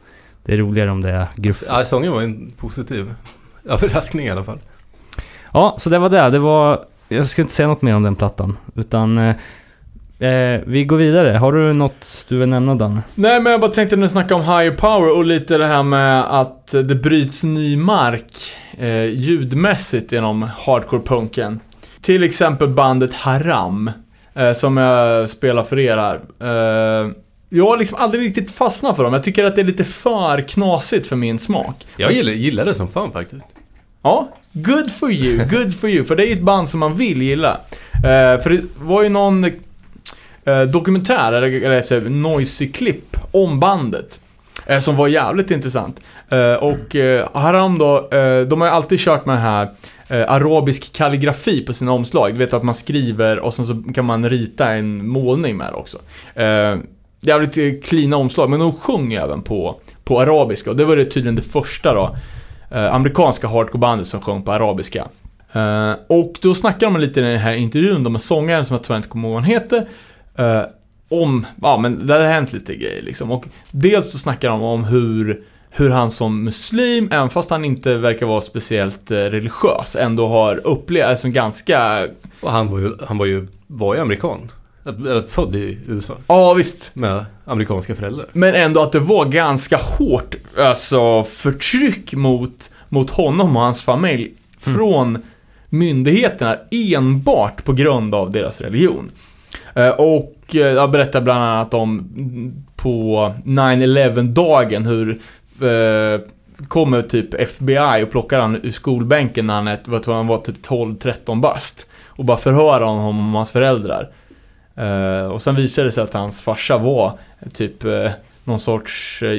det är roligare om det är grupp. Ja, sången var en positiv överraskning i alla fall. Ja, så det var det. Det var, jag ska inte säga något mer om den plattan, utan eh, vi går vidare. Har du något du vill nämna, Dan? Nej, men jag bara tänkte nu snacka om Higher Power och lite det här med att det bryts ny mark eh, ljudmässigt inom hardcore-punken. Till exempel bandet Haram, eh, som jag spelar för er här. Eh, jag har liksom aldrig riktigt fastnat för dem. Jag tycker att det är lite för knasigt för min smak. Jag gillar, gillar det som fan faktiskt. Ja, good for you, good for you. För det är ju ett band som man vill gilla. Eh, för det var ju någon eh, dokumentär, eller, eller noisy-klipp om bandet. Eh, som var jävligt intressant. Eh, och eh, Haram då, eh, de har ju alltid kört med den här eh, arabisk kalligrafi på sina omslag. Du vet att man skriver och sen så kan man rita en målning med det också. Eh, jävligt klina omslag, men de sjunger även på, på arabiska. Och det var det tydligen det första då. Eh, amerikanska hardcore-bandet som sjöng på arabiska. Eh, och då snackar de lite i den här intervjun då med sångaren som jag tyvärr inte kommer ihåg vad han heter. Eh, om, ja men det har hänt lite grejer liksom. Och dels så snackar de om hur, hur han som muslim, även fast han inte verkar vara speciellt eh, religiös, ändå har upplevt som ganska... Och han var ju, han var ju, var ju amerikan. Född i U S A. Ja, visst. Med amerikanska föräldrar. Men ändå att det var ganska hårt alltså, förtryck mot, mot honom och hans familj mm. från myndigheterna enbart på grund av deras religion. Eh, och jag berättar bland annat om på nine eleven-dagen hur eh, kommer typ F B I och plockar han ur skolbänken när han, är, vad tror han var typ tolv tretton bast och bara förhör honom om hans föräldrar. Uh, och sen visade det sig att hans farsa var typ uh, någon sorts uh,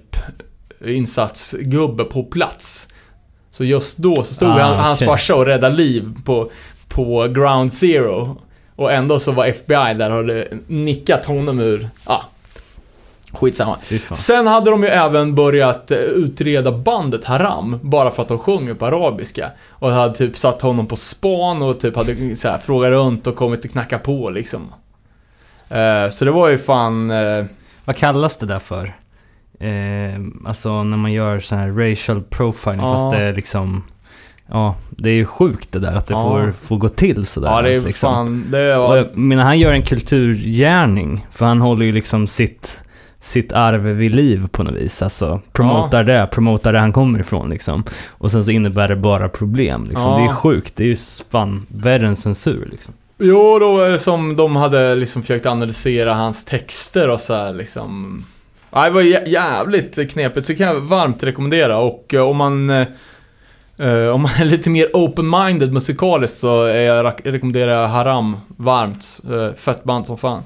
hjälpinsatsgubbe på plats. Så just då så stod ah, han, okay. hans farsa och räddade liv på, på Ground Zero. Och ändå så var F B I där och hade nickat honom ur... Ah, skitsamma. Sen hade de ju även börjat utreda bandet Haram bara för att de sjunger på arabiska. Och hade typ satt honom på span och typ hade så här, frågat runt och kommit och knacka på liksom. Uh, så det var ju fan... Uh... Vad kallas det där för? Uh, alltså när man gör så här racial profiling uh. fast det är liksom... Ja, det är ju sjukt det där att det uh. får, får gå till sådär. Ja, det är liksom. fan... Det var... jag menar, han gör en kulturgärning för han håller ju liksom sitt... sitt arv vid liv på något vis, alltså promotar ja. det, promotar det han kommer ifrån liksom. Och sen så innebär det bara problem liksom. Ja. Det är sjukt, det är ju fan värre än censur liksom. Jo, då som de hade liksom försökt analysera hans texter och så här liksom. Ja, det var jävligt knepigt, så kan jag varmt rekommendera. Och uh, om man uh, om man är lite mer open-minded musikaliskt så är jag rekommenderar Haram varmt, uh, fett band som fan.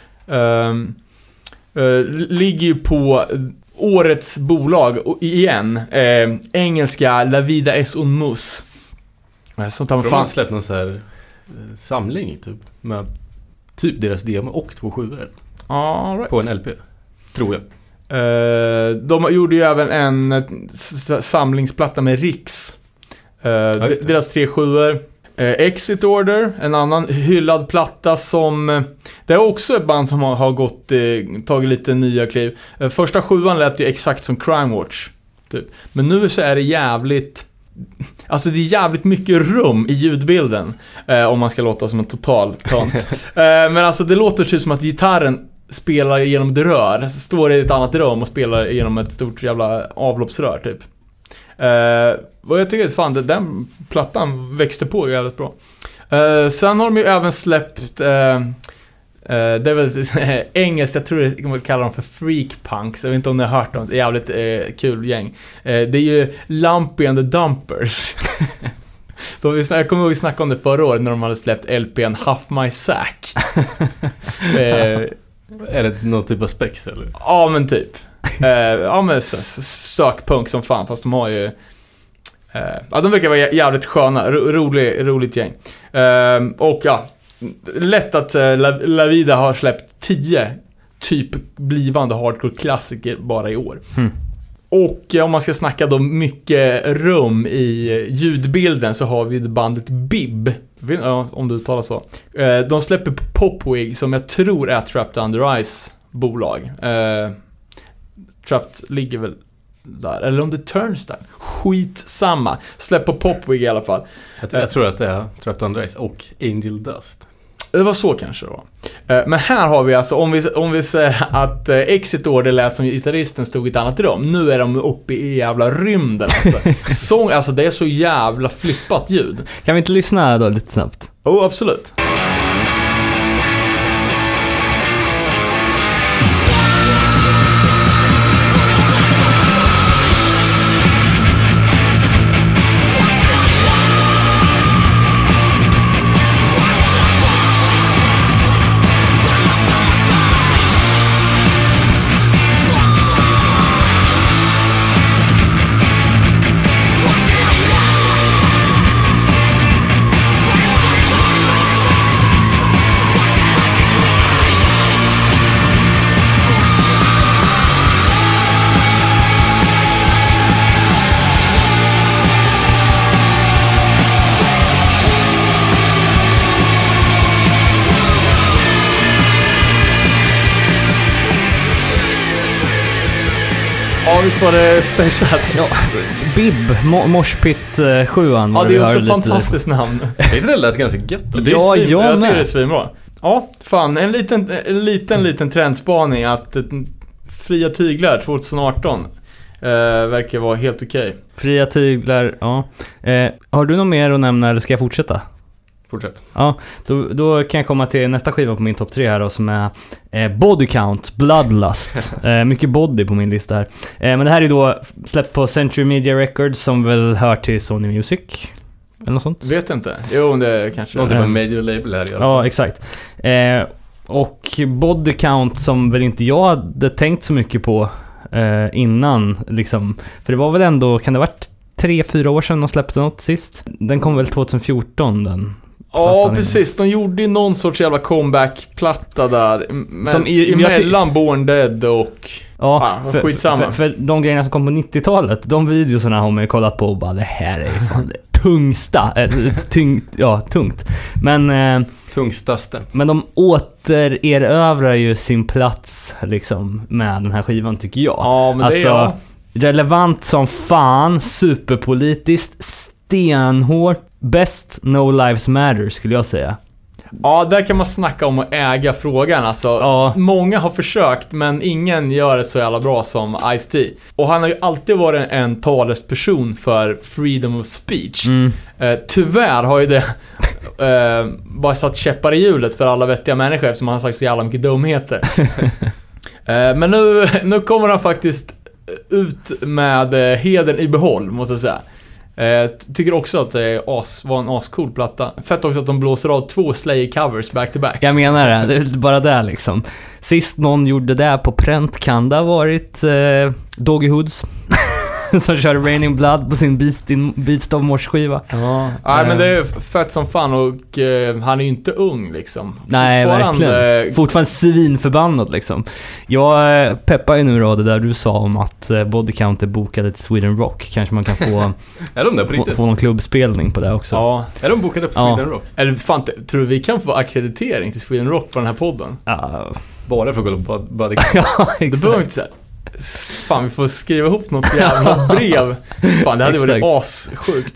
Uh, Uh, ligger ju på årets bolag igen, uh, engelska La Vida es un mus. Uh, sånt här fan släppt någon så här uh, samling typ med typ deras demo och två sjuor All right. på en L P, tror jag. Uh, de gjorde ju även en s- samlingsplatta med Riks. Uh, ja, d- deras tre sjuor. Uh, Exit Order, en annan hyllad platta som... Uh, det är också ett band som har, har gått, uh, tagit lite nya kliv. Uh, första sjuan lät ju exakt som Crime Watch. Typ. Men nu så är det jävligt... Alltså det är jävligt mycket rum i ljudbilden. Uh, om man ska låta som en total tant. uh, men alltså det låter typ som att gitarren spelar genom ett rör. Står i ett annat rum och spelar genom ett stort jävla avloppsrör typ. Uh, och jag tycker att fan, det, den plattan växte på jävligt bra. Uh, sen har de ju även släppt uh, uh, det är väl uh, engelskt, jag tror det man kallar dem för freak punks. Jag vet inte om ni har hört dem, det är jävligt uh, kul gäng. Uh, det är ju Lumpy and the Dumpers. Då, jag kommer ihåg att vi snackade om det förra året när de hade släppt L P:n Huff My Sack. uh, Är det någon typ av spex eller? Ja men typ. uh, ja men sökpunk som fan, fast de har ju uh, ja, de verkar vara jävligt sköna, ro- rolig, roligt gäng. Uh, och ja, lätt att uh, La, La Vida har släppt tio typ blivande hardcore-klassiker bara i år. Hmm. Och ja, om man ska snacka då mycket rum i ljudbilden så har vi bandet Bib. Ja, om du talar så. Uh, de släpper på Popwig som jag tror är Trapped Under Ice bolag. Uh, Trapped ligger väl där, eller om det är Turnstile. Skitsamma. Släpp på Popwig i alla fall. Jag, jag tror att det är Trapped Under Ice och Angel Dust. Det var så kanske då. Men här har vi alltså, om vi, om vi säger att Exit då, det lät som gitarristen stod i ett annat rum. Nu är de uppe i jävla rymden alltså. Sång, alltså det är så jävla flippat ljud. Kan vi inte lyssna då lite snabbt? Oh, absolut. Ja, visst var det spexat. Ja, Bib, Mo- Moshpit sjuan. Ja, det är också ett fantastiskt namn. Det är det lät ganska gött. Det är ja, svin, jag, jag tycker med. det är svinbra. Ja, fan, en liten, en liten, liten trendspaning att Fria Tyglar tjugo arton eh, verkar vara helt okej. Okay. Fria Tyglar, ja. Eh, har du något mer att nämna eller ska jag fortsätta? Fortsätt. Ja, då, då kan jag komma till nästa skiva på min topp tre här då, som är eh, Body Count, Bloodlust. eh, mycket body på min lista här. Eh, men det här är då släppt på Century Media Records som väl hör till Sony Music. Eller något sånt. Vet inte. Jo, det kanske... Någon typ av major label här i alla fall. Ja, exakt. Eh, och Body Count som väl inte jag hade tänkt så mycket på eh, innan. Liksom. För det var väl ändå, kan det ha varit tre, fyra år sedan de släppte något sist? Den kom väl tjugo fjorton den. Ja, precis. De gjorde ju någon sorts jävla comeback-platta där. Men Som i, emellan ty- Born Dead och... Ja, ah, för, skitsamma. för, för de grejerna som kom på nittiotalet, de videorna har man ju kollat på och bara, det här är ju fan det tungsta. Äh, tyng, ja, tungt. Men... Eh, Tungstaste. Men de återerövrar ju sin plats liksom med den här skivan, tycker jag. Ja, men alltså, det är jag. Relevant som fan, superpolitiskt, stenhårt, best No Lives Matter skulle jag säga. Ja, där kan man snacka om att äga frågan. Alltså, ja. Många har försökt, men ingen gör det så jävla bra som Ice-T. Och han har ju alltid varit en talesperson för freedom of speech. Mm. Eh, tyvärr har ju det eh, bara satt käppar i hjulet för alla vettiga människor, eftersom han har sagt så jävla mycket dumheter. eh, men nu, nu kommer han faktiskt ut med eh, heden i behåll, måste jag säga. Eh, tycker också att det as, var en ascool platta. Fett också att de blåser av två Slayer-covers back-to-back. Jag menar det, det är bara där liksom. Sist någon gjorde det på pränt kan det ha varit eh, Doggy Hoods som körde Raining Blood på sin Beast, in, Beast of Mors-skiva. Ja, nej, men det är fett som fan och eh, han är ju inte ung liksom. Nej, verkligen. Fortfarande svinförbannad liksom. Jag eh, peppar ju nu då det där du sa om att eh, Body Count är bokade till Sweden Rock. Kanske man kan få, är de där på få, få någon klubbspelning på det också. Ja. Är de bokade på Sweden ja. Rock? Eller fan, tror du vi kan få akkreditering till Sweden Rock på den här podden? Ja. Bara för att kolla på Body Count. Ja, exakt. Det behöver inte säga. Fan, vi får skriva ihop något jävla brev. Fan, det hade varit assjukt.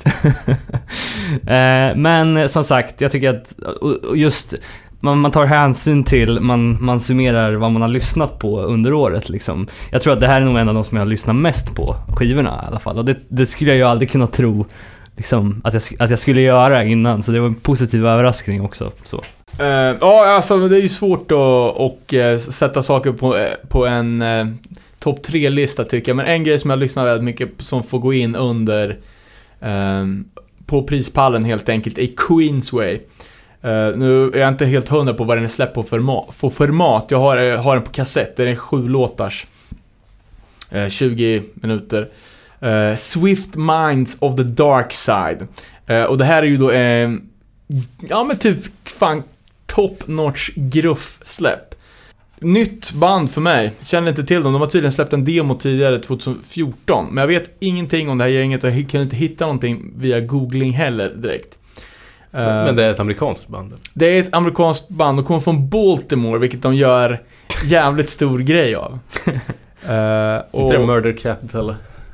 eh, Men som sagt, jag tycker att just man, man tar hänsyn till, man, man summerar vad man har lyssnat på under året liksom. Jag tror att det här är nog en av de som jag har lyssnat mest på skivorna i alla fall. Och det, det skulle jag ju aldrig kunna tro liksom, att, jag, att jag skulle göra innan. Så det var en positiv överraskning också så. Uh, ja, alltså det är ju svårt att och, uh, sätta saker på, uh, på en uh, topp tre-lista tycker jag. Men en grej som jag lyssnar väldigt mycket på, som får gå in under uh, på prispallen helt enkelt, är Queensway. Uh, nu är jag inte helt hundra på vad den är släppt på format. För format. Jag har, uh, har den på kassett. Den är sju låtars. Uh, tjugo minuter. Uh, Swift Minds of the Dark Side. Uh, och det här är ju då uh, ja men typ fan top-notch gruff-släpp. Nytt band för mig. Känner inte till dem. De har tydligen släppt en demo tidigare tjugo fjorton. Men jag vet ingenting om det här gänget och jag kan inte hitta någonting via googling heller direkt. Men det är ett amerikanskt band? Det är ett amerikanskt band och kommer från Baltimore, vilket de gör jävligt stor grej av. uh, och inte det Murder Capital?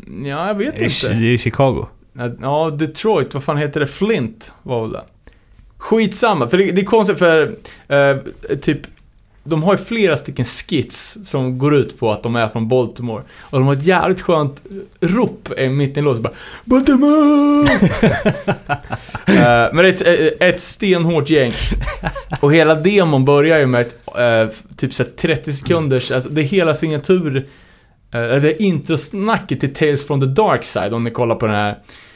Ja, jag vet Det är, inte. det är Chicago. Ja, Detroit, vad fan heter det? Flint var väl det. Skitsamma, för det, det är konstigt för eh, typ de har ju flera stycken skits som går ut på att de är från Baltimore. Och de har ett jävligt skönt rop mitt i en låt så bara Baltimore! uh, men det är ett, ett stenhårt gäng. Och hela demon börjar ju med ett, uh, typ så trettio sekunders, alltså det är hela signatur, uh, det är introsnacket till Tales from the Dark Side om ni kollar på den här.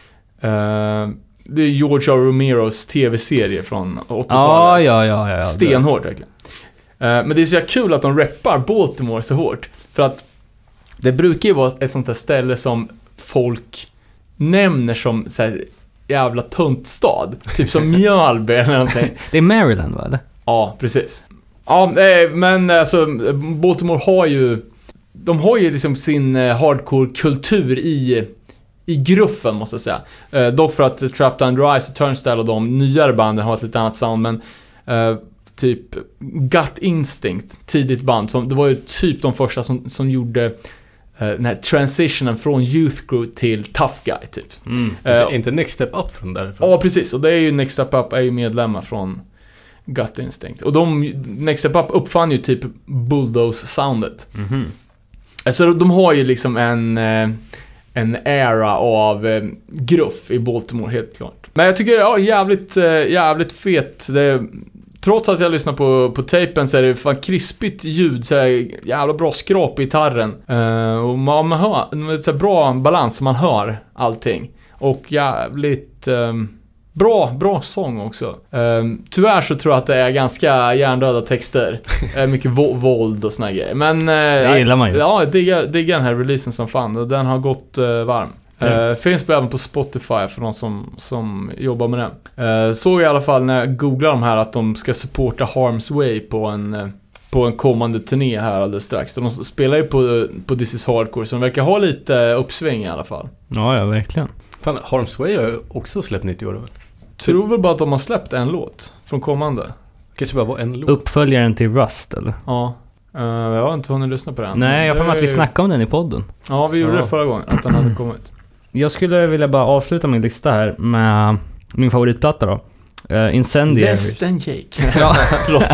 Uh, det är George R. Romeros tv-serie från åttiotalet. Ja, ja, ja, ja. Stenhårt verkligen. Men det är så kul att de rappar Baltimore så hårt. För att det brukar ju vara ett sånt där ställe som folk nämner som så här jävla tunt stad. Typ som Mjölby eller någonting. Det är Maryland, va? Eller? Ja, precis. Ja, men alltså Baltimore har ju de har ju liksom sin hardcore-kultur i i gruffen måste jag säga. Uh, dock för att Trapped Under Ice och Turnstile och de nyare banden har ett lite annat sound, men uh, typ Gut Instinct, tidigt band, som, det var ju typ de första som, som gjorde uh, den här transitionen från Youth Group till Tough Guy typ. Mm. Uh, Är inte Next Step Up från därifrån? Ja, precis. Och det är ju Next Step Up är ju medlemmar från Gut Instinct. Och de, Next Step Up uppfann ju typ Bulldoze-soundet. Mm-hmm. Alltså de har ju liksom en uh, en era av eh, gruff i Baltimore, helt klart. Men jag tycker ja, jävligt, eh, jävligt fet. Det, trots att jag lyssnar på, på tapen så är det fan krispigt ljud, så är jävla bra skrap i gitarren. Eh, och man, man hör, så bra balans, man hör allting. Och jävligt eh, bra, bra sång också. Eh, tyvärr så tror jag att det är ganska hjärndöda texter. eh, mycket vo- våld och såna grejer. Men eh, Det gillar man ju. Ja, jag diggar, diggar den här releasen som fan. Och den har gått eh, varm. Mm. Eh, finns även på Spotify för de som, som jobbar med den. Eh, såg i alla fall när jag googlar de här att de ska supporta Harm's Way på en, eh, på en kommande turné här alldeles strax. De spelar ju på, på This Is Hardcore, så de verkar ha lite uppsving i alla fall. Ja, ja, verkligen. Fan, Harm's Way har också släppt nytt i år väl? Tror väl bara att de har släppt en låt från kommande. Kanske bara var en låt. Uppföljaren till Rust, eller? Ja. Uh, jag har inte hunnit lyssna på den. Nej, jag får med att vi snackade om den i podden. Ja, vi gjorde Ja. det förra gången, att den hade kommit. Jag skulle vilja bara avsluta min lista här med min favoritplatta då. Uh, Incendiary. Less than Jake. Ja, förlåt.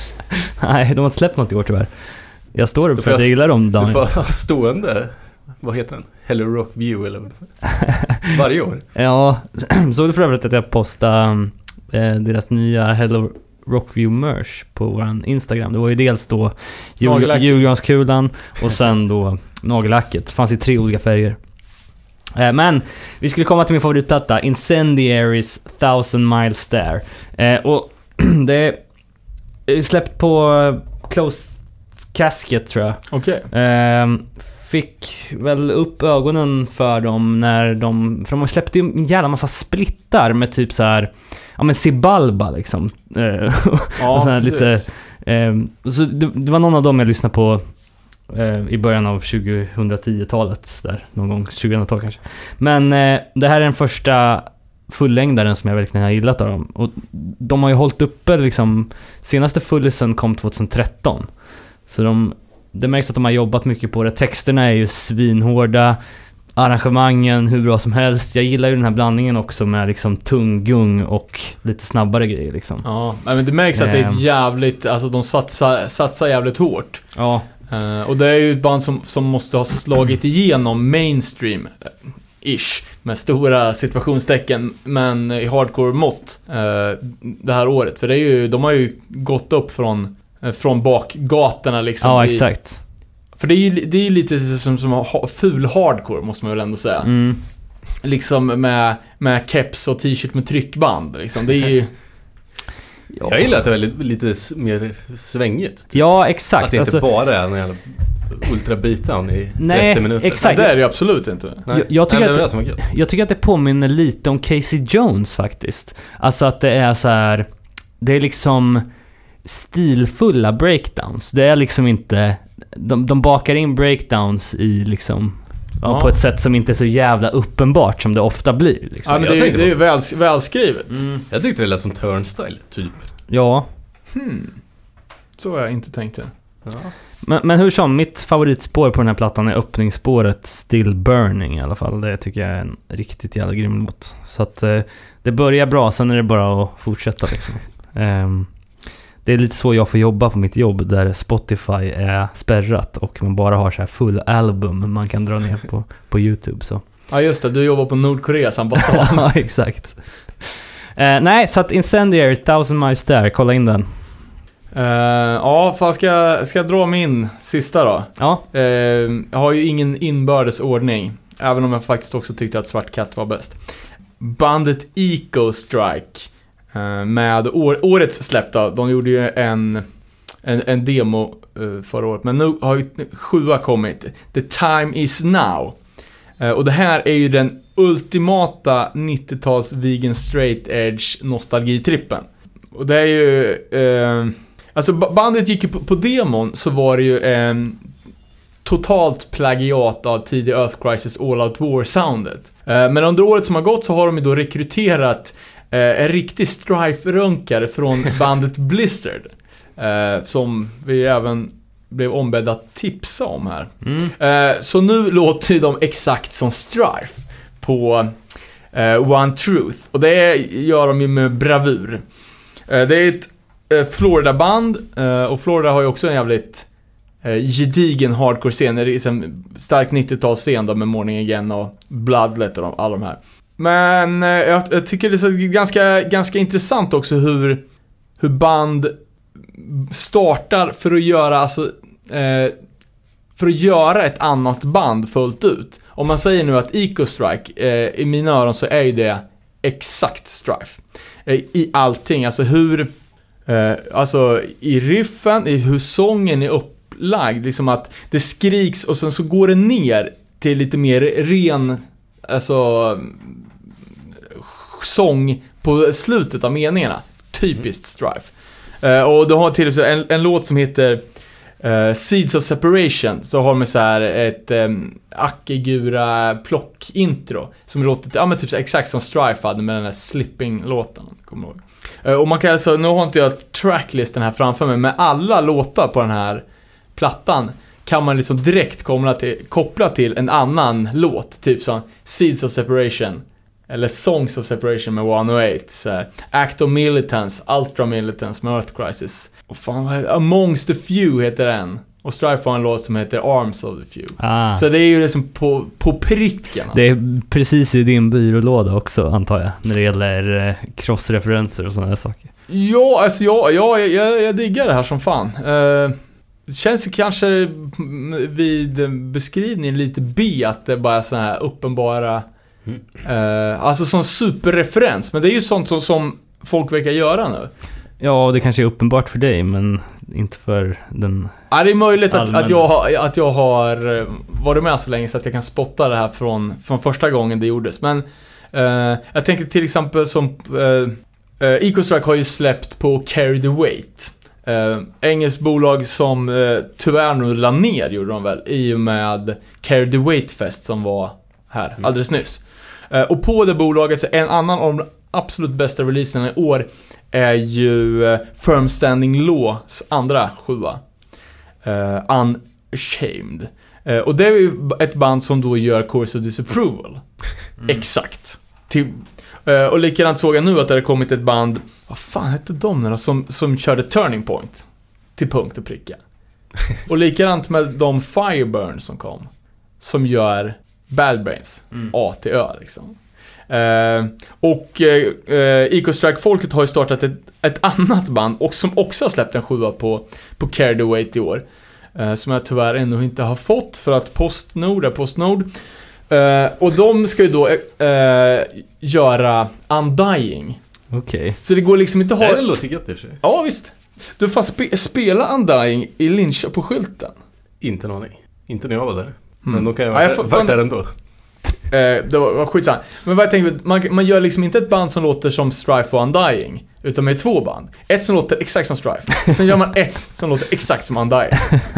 Nej, de har inte släppt något i år tyvärr. Jag står upp Du för får att jag gillar dem, Du Daniel. får ha stående, vad heter den? Hello Rock View eller vad? Varje år. Ja, såg du för övrigt att jag postade eh, deras nya Hello Rockview merch på vår Instagram. Det var ju dels då jul- Nagellack. julgranskulan och sen då nagellacket. Det fanns i tre olika färger. Eh, men vi skulle komma till min favoritplatta, Incendiaries Thousand Mile Stare. Eh, och det är släppt på Closed Casket, tror jag. Okej. Eh, fick väl upp ögonen för dem när de, för de släppte ju en jävla massa splittar med typ så här, ja men Sibalba liksom. Eh, Ja, och så här lite, precis. eh, så det, det var någon av dem jag lyssnade på eh, i början av tjugohundratio-talet där, någon gång tjugohundratal kanske. Men eh, det här är den första fullängdaren som jag verkligen har gillat av dem. Och de har ju hållit uppe liksom, senaste fullisen kom tjugohundratretton. Så de, det märks att de har jobbat mycket på det. Texterna är ju svinhårda, arrangemangen hur bra som helst. Jag gillar ju den här blandningen också med liksom tunggung och lite snabbare grejer liksom. Ja, men det märks att det är Ehm. ett jävligt, alltså de satsar, satsar jävligt hårt. Ja, Uh, och det är ju ett band som, som måste ha slagit igenom mainstream ish med stora situationstecken, men i hardcore-mått uh, det här året. För det är ju, de har ju gått upp från, uh, från bakgatorna liksom. ja i, exakt. För det är ju det är lite som, som ha, ful hardcore måste man väl ändå säga. Mm. Liksom med, med keps och t-shirt med tryckband liksom. Det är ju... Ja. Jag gillar att det är lite, lite s- mer svängigt. Typ. Ja, exakt. Att det inte Alltså, bara är en jävla ultra beatdown i Nej, trettio minuter. exakt. Det är det ju absolut inte. Nej. Jag- jag tycker Nej, det att- är det som är kul. jag tycker att det påminner lite om Casey Jones faktiskt. Alltså att det är så här, det är liksom stilfulla breakdowns. Det är liksom inte, de, de bakar in breakdowns i liksom, ja, Ja. på ett sätt som inte är så jävla uppenbart som det ofta blir liksom. Ja, men jag det, är, tänkte det är på- ju väl, välskrivet. Mm. Jag tyckte det lät som Turnstile, typ. Ja, Hmm. Så har jag inte tänkt det. Ja. Men, men hur som, mitt favoritspår på den här plattan är öppningsspåret Still Burning i alla fall. Det tycker jag är en riktigt jävla grym låt. Så att eh, det börjar bra, sen är det bara att fortsätta liksom. um, Det är lite så jag får jobba på mitt jobb, där Spotify är spärrat och man bara har så här full album man kan dra ner på, på YouTube. Så. Ja just det, du jobbar på Nordkoreas ambassad. Ja, exakt. Uh, nej, så att Incendiary, Thousand Miles There, kolla in den. Uh, ja, fan ska, ska jag dra min sista då? Ja. Uh, jag har ju ingen inbördes ordning, även om jag faktiskt också tyckte att Svart Katt var bäst. Bandet Eco Strike, uh, med år, årets släpp då. De gjorde ju en, en, en demo uh, förra året, men nu har ju sjua kommit. The Time Is Now. Uh, och det här är ju den ultimata nittio-tals vegan straight edge nostalgitrippen. Och det är ju uh, alltså bandet gick ju på, på demon, så var det ju en totalt plagiat av tidig Earth Crisis All Out War-soundet. Eh, men under året som har gått så har de ju då rekryterat eh, en riktig Strife-runkare från bandet Blistered. Eh, som vi även blev ombedda att tipsa om här. Mm. Eh, så nu låter de exakt som Strife på eh, One Truth. Och det gör de ju med bravur. Eh, det är ett Florida-band, och Florida har ju också en jävligt gedigen hardcore-scen. Det är liksom stark nittio-talsscen då, med Morning Again och Bloodlet och alla de här. Men jag, jag tycker det är ganska, ganska intressant också hur, hur band startar för att göra alltså, eh, för att göra ett annat band fullt ut. Om man säger nu att Eco Strike, eh, i mina öron så är ju det exakt Strife. Eh, I allting, alltså hur Uh, alltså i riffen, i hur sången är upplagd, liksom att det skriks och sen så går det ner till lite mer ren alltså sång på slutet av meningarna. Typiskt Strife. Uh, och då har till exempel en, en låt som heter uh, Seeds of Separation, så har man så här ett um, Akegura plock intro som låter ja men typ så exakt som Strife hade med den här slipping-låten, kommer du ihåg. Och man kan alltså, nu har inte jag tracklisten här framför mig, men alla låtar på den här plattan kan man liksom direkt koppla till, koppla till en annan låt, typ som Seeds of Separation eller Songs of Separation med one oh eight, så här, Act of Militance, Ultra Militance med Earth Crisis. Och fan, vad heter, Amongst the Few heter den. Och Strife har en låt som heter Arms of the Few. Ah. Så det är ju liksom på, på pricken alltså. Det är precis i din byrålåda också, antar jag, när det gäller eh, crossreferenser och sådana där saker. Ja, alltså jag, jag, jag, jag diggar det här som fan. Uh, det känns ju kanske vid beskrivningen lite B att det bara är så här uppenbara uh, alltså som superreferens. Men det är ju sånt som, som folk verkar göra nu. Ja, det kanske är uppenbart för dig, men inte för den. Ja, det är möjligt att, att, jag har, att jag har varit med så länge så att jag kan spotta det här från, från första gången det gjordes. Men uh, jag tänker till exempel som uh, uh, Eco Strike har ju släppt på Carry the Weight. Uh, engelskt bolag som uh, tyvärr nu la ner, gjorde de väl, i och med Carry the Weight Fest som var här mm. alldeles nyss. Uh, och på det bolaget så en annan av de absolut bästa releaserna i år är ju uh, Firm Standing Laws andra sjua. Uh, Unshamed. Uh, och det är ju ett band som då gör Course of Disapproval. Mm. Exakt. Till, uh, och likadant såg jag nu att det har kommit ett band, vad fan hette de då, som, som körde Turning Point till punkt och pricka. Och likadant med de Fireburn som kom, som gör Bad Brains, mm. A till Ö liksom. Uh, och uh, Eco Strike-folket har ju startat ett, ett annat band och som också har släppt en sjua på, på Carry the Weight i år, uh, som jag tyvärr ännu inte har fått för att Postnord är Postnord. Uh, och de ska ju då uh, göra Undying. Okej. Okay. Så det går liksom inte att ha. Det låter gött i sig. Ja visst. Du får spe- spela Undying i Lynch på skylten. Inte någon aning. Inte när jag var där. Mm. Men då kan jag vara ja, fan... där ändå. Eh, det var, var skitsamma. Men vad jag tänkte, man, man gör liksom inte ett band som låter som Strife och Undying, utan med två band. Ett som låter exakt som Strife. Sen gör man ett som låter exakt som Undying.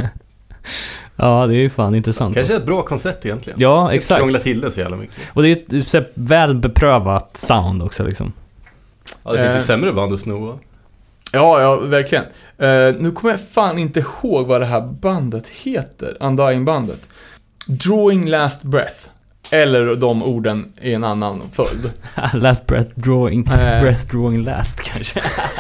Ja, det är ju fan intressant. Kanske ett bra koncept egentligen. Ja, så exakt. Krångla till det så jävla mycket. Och det är ett så väl beprövat sound också liksom. Ja, det finns ju eh. sämre band att sno. Ja, ja, verkligen. Uh, nu kommer jag fan inte ihåg vad det här bandet heter. Undying-bandet. Drawing Last Breath. Eller de orden i en annan följd. Last breath drawing. Uh, breath drawing last kanske.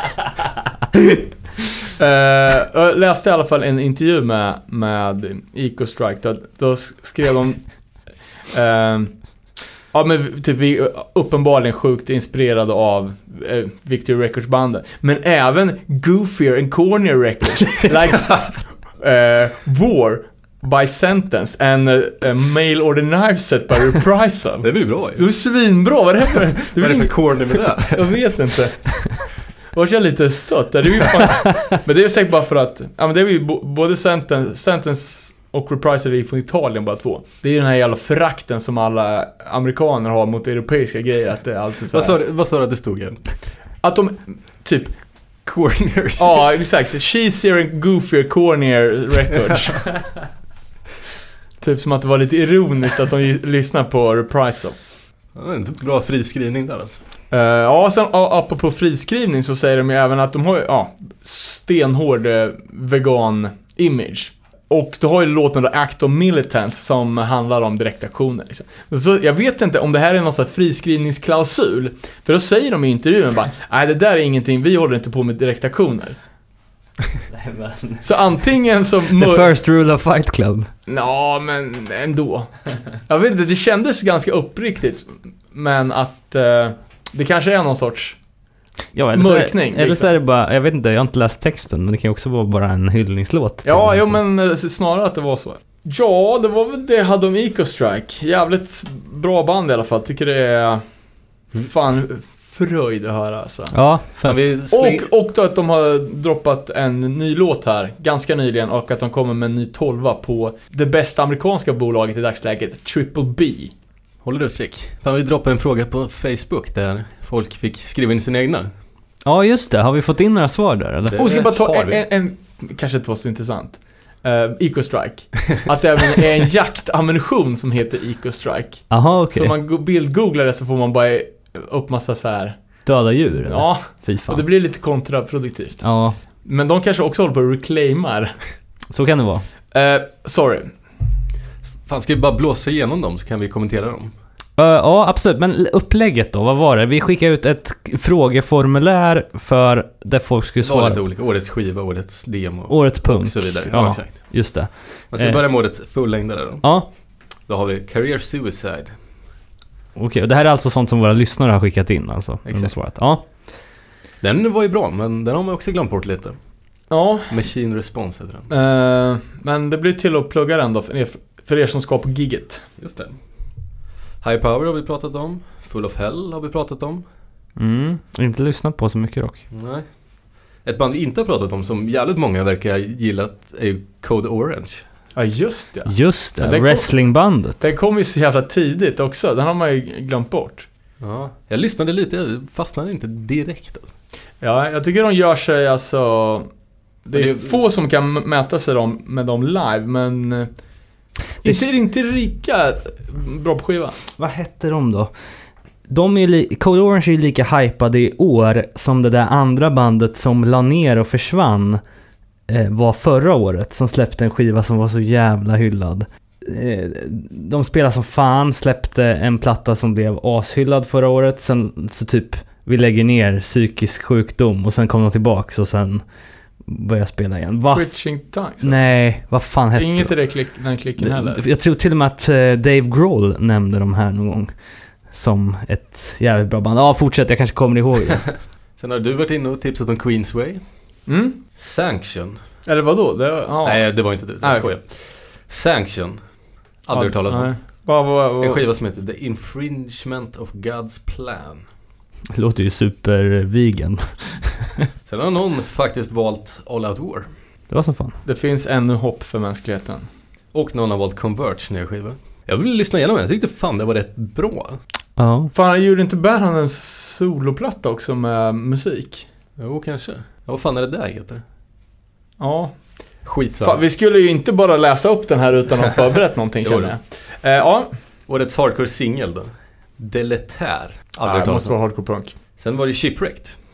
uh, jag läste i alla fall en intervju med, med Eco Strike. Då, då skrev de... Uh, ja, men typ vi uppenbarligen sjukt inspirerade av eh, Victory Records-bandet. Men även Goofier and Cornier Records. Like uh, War by Sentence and uh, uh, Mail or the Knife Set by Reprisal. Det är ju bra ju. Det är svinbra, vad är det för? Det Vad är det för corner med det? Jag vet inte. Vart jag lite stött. Det är ju fan... Men det är säkert bara för att... Ja, men det är ju bo- både Sentence... Sentence och Reprisal är från Italien bara två. Det är ju den här jävla förakten som alla amerikaner har mot europeiska grejer. Att det är alltid så här. Vad sa du, vad sa du att det stod igen? Att de, typ... Corners. Ja, exakt. Cheesier and goofier cornier records. Typ som att det var lite ironiskt att de lyssnar på Reprisal. Ja, en bra friskrivning där alltså. Uh, ja, sen uh, apropå friskrivning så säger de ju även att de har ja, stenhård uh, vegan image. Och då har ju låten då Act of Militance som handlar om direktaktioner liksom. Så jag vet inte om det här är någon sån här friskrivningsklausul. För då säger de i intervjun bara, nej det där är ingenting, vi håller inte på med direktaktioner. Så antingen så... The first rule of Fight Club. Ja, men ändå. Jag vet inte, det kändes ganska uppriktigt. Men att uh, det kanske är någon sorts... Ja, eller mörkning. Så är, eller så är det bara, jag vet inte, jag har inte läst texten, men det kan ju också vara bara en hyllningslåt. Ja, jo, men snarare att det var så. Ja, det var väl det jag hade om Eco Strike. Jävligt bra band i alla fall. Tycker det är fan fröjd att höra alltså. Ja, fan, vi släng... och, och då att de har droppat en ny låt här ganska nyligen och att de kommer med en ny tolva på det bästa amerikanska bolaget i dagsläget, Triple B. Håller du utkik? Fan, vi droppade en fråga på Facebook där folk fick skriva in sina egna. Ja, just det. Har vi fått in några svar där, eller? Och ska bara ta en, en, en, kanske inte var så intressant. Uh, Eco Strike. Att det även är en jaktammunition som heter Eco Strike. Aha, okej. Så om man bildgooglar det så får man bara upp massa så här döda djur, eller? Ja, fy fan. Och det blir lite kontraproduktivt. Ja. Men de kanske också håller på att reclaimar. Så kan det vara. Uh, sorry. Fan, ska vi bara blåsa igenom dem så kan vi kommentera dem? Uh, ja, absolut. Men upplägget då, vad var det? Vi skickade ut ett frågeformulär för där folk skulle svara. Lite olika. Årets skiva, årets demo. Årets punkt. Och så vidare. Ja, ja exakt. Just det. Man ska eh. börja med årets fullängdare då. Ja. Då har vi Career Suicide. Okej, okay, och det här är alltså sånt som våra lyssnare har skickat in alltså. Exakt. Svarat. Ja. Den var ju bra, men den har man också glömt bort lite. Ja. Machine Response heter den. Uh, men det blir till att plugga den då för er, för er som ska på gigget. Just det. High Power har vi pratat om. Full of Hell har vi pratat om. Mm, inte lyssnat på så mycket dock. Nej. Ett band vi inte har pratat om som jävligt många verkar gillat är Code Orange. Ja, just det. Just det, ja, wrestlingbandet. Den kom ju så jävla tidigt också. Den har man ju glömt bort. Ja, jag lyssnade lite, jag fastnade inte direkt alltså. Ja, jag tycker de gör sig alltså... Det är det... få som kan mäta sig dem, med dem live, men... Det inte, är inte lika bra på skiva. Vad hette de då? De är li- Code Orange är ju lika hypade i år som det där andra bandet som la ner och försvann eh, var förra året, som släppte en skiva som var så jävla hyllad. Eh, de spelar som fan, släppte en platta som blev ashyllad förra året, sen så typ vi lägger ner psykisk sjukdom och sen kom de tillbaka och sen började spela igen. Va? Twitching Tongues? Nej, vad fan hette inget det? i det klick, den klicken heller. Jag tror till och med att Dave Grohl nämnde de här någon gång som ett jävligt bra band. Ja, fortsätt, jag kanske kommer ihåg det. Sen har du varit inne och tipsat om Queensway. Mm? Sanction. Eller vadå? Det, ja. Nej, det var inte du. Jag skojar. Sanction. Aldrig hört talas om. Va, va, va. En skiva som heter The Infringement of God's Plan. Det låter ju supervegan. Sen har någon faktiskt valt All Out War. Det var så fan. Det finns ännu hopp för mänskligheten. Och någon har valt Converge nya skiva. Jag vill lyssna igenom den. Jag tyckte fan det var rätt bra. Ja. Fan, han gjorde inte Bärhan en soloplatta också med musik? Jo, kanske. Ja, vad fan är det där heter? Ja. Skitsamma. Fan, vi skulle ju inte bara läsa upp den här utan att förberett någonting, känner jag. Eh, ja. Årets hardcore singel då. Deletär. Ja, det måste vara hardcore punk. Sen var det Shipwrecked.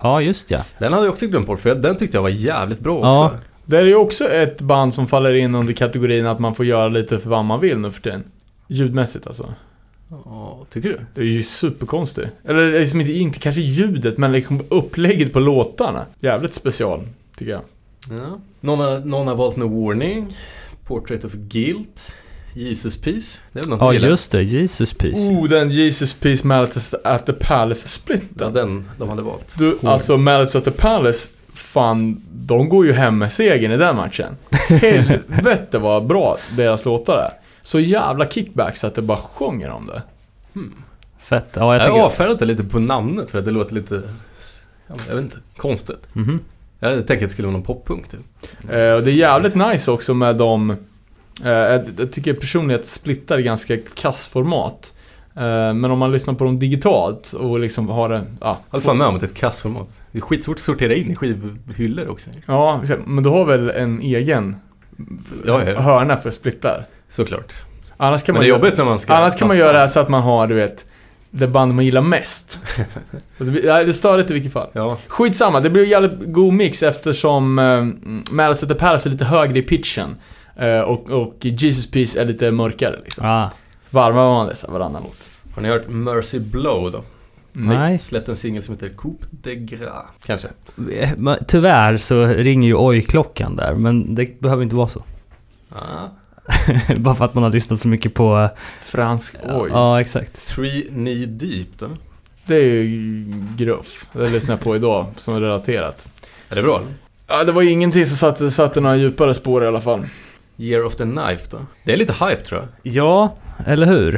Ja, just ja. Den hade jag också glömt bort, för den tyckte jag var jävligt bra Ja. också. Det är ju också ett band som faller in under kategorin att man får göra lite för vad man vill nu för tiden. Ljudmässigt alltså. Ja, tycker du? Det är ju superkonstigt. Eller liksom inte, inte kanske ljudet, men liksom upplägget på låtarna. Jävligt special, tycker jag. Ja. Någon, har, någon har valt No Warning, Portrait of Guilt, Jesus Peace. Det är väl något Ja, ni gillar? just det. Jesus Peace. Oh, den Jesus Peace Malice at the Palace Ja, splitten. den de hade valt. Du, alltså Malice at the Palace, fan, de går ju hem med segern i den matchen. Helvete vad bra deras låtar är. Så jävla kickbacks att det bara sjunger om det. Hmm. Fett. Ja, jag Jag tycker... avfärdar det lite på namnet för att det låter lite, jag vet inte, konstigt. Mhm. Jag tänker att det skulle vara någon poppunk typ. Eh, och det är jävligt nice också med de... Eh, jag, jag tycker personligen att splittar är ganska kassformat. Eh, men om man lyssnar på dem digitalt och liksom har det... Ja, I alla fall med om att det är ett kassformat. Det är skitsvårt att sortera in i skivhyllor också. ja, men du har väl en egen Ja, ja. hörna för splittar. Såklart. Annars kan Men man det är göra, jobbigt när man ska... annars kan man göra det här så att man har, du vet, det band man gillar mest. det, blir, ja, det är störigt i vilket fall. Ja, Skitsamma, det blir en jävligt god mix eftersom eh, Malice at the Palace är lite högre i pitchen. Eh, och, och Jesus Peace är lite mörkare liksom. Ah, Varmare var man det, så här, varannan låt. har ni hört Mercy Blow då? nej. Släppt en singel som heter Coupe de Gras. Kanske. Men tyvärr så ringer ju oj-klockan där, men det behöver inte vara så. Ah. Bara för att man har lyssnat så mycket på... Fransk, oj. Ja, exakt. Three Knee Deep då? Det är ju gruff. Det lyssnar jag på idag som är relaterat. Är det bra eller? Ja, det var ju ingenting som satte, satte några djupare spår i alla fall. Year of the Knife då? Det är lite hype tror jag. Ja, eller hur?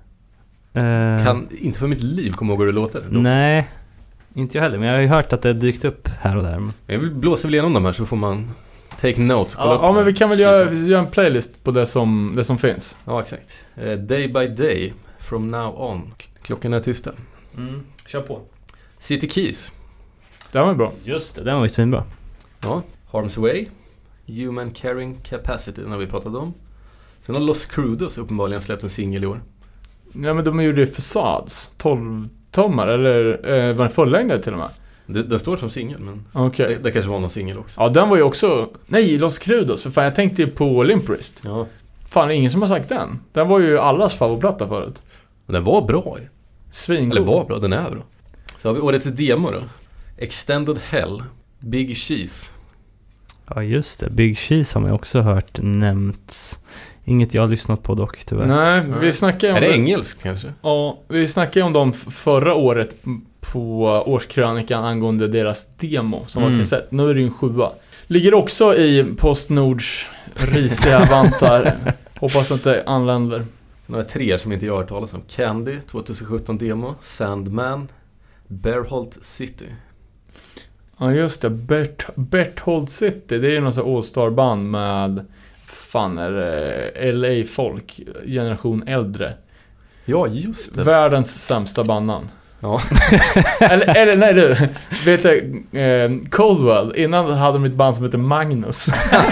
Eh, Kan inte för mitt liv komma ihåg hur det låter. Dock. nej, inte jag heller. Men jag har ju hört att det dykt upp här och där. Men... Jag vill blåsa väl igenom de här så får man take notes. Kolla upp Ja, men vi kan väl göra, Shit. göra en playlist på det som, det som finns. Ja, exakt. Eh, Day by Day, From Now On. Klockan är tysta. Mm, kör på. City Keys. Det här var bra. Just det, den var ju svinbra. Ja. Harm's Way. Human Carrying Capacity, den har vi pratat om. Sen har Los Crudos uppenbarligen släppt en singel i år. Ja, men de gjorde ju Facades. tolv tommar, eller eh, var den fullängdare till och med? Det, den står som singel, men Okej. det, det kanske var någon singel också. Ja, den var ju också... Nej, Los Crudos. För fan, jag tänkte ju på Limprist. Ja, Fan, ingen som har sagt den. Den var ju allas favoritplatta förut. men den var bra. Svingod. Eller var bra, den är bra. Så har vi årets demo då. Extended Hell. Big Cheese. Ja, just det. Big Cheese har man ju också hört nämnts. Inget jag har lyssnat på dock, tyvärr. Nej, vi snackade om Är det engelskt kanske? Ja, vi snackade om dem f- förra året på årskrönikan angående deras demo som Mm. var kassett. Nu är det ju en sjua. Ligger också i Postnords risiga vantar. Hoppas att det anländer. Några tre som inte jag har hört talas om. Candy, tjugosjutton demo. Sandman. Berthold City. Ja, just det. Bert, Berthold City, det är ju någon sån All-Star-band med... Fan är det L A-folk, generation äldre. Ja, just det. Världens sämsta bandnamn. Ja. eller, eller nej du, vet du, eh, Coldwell, innan hade de ett band som heter Magnus.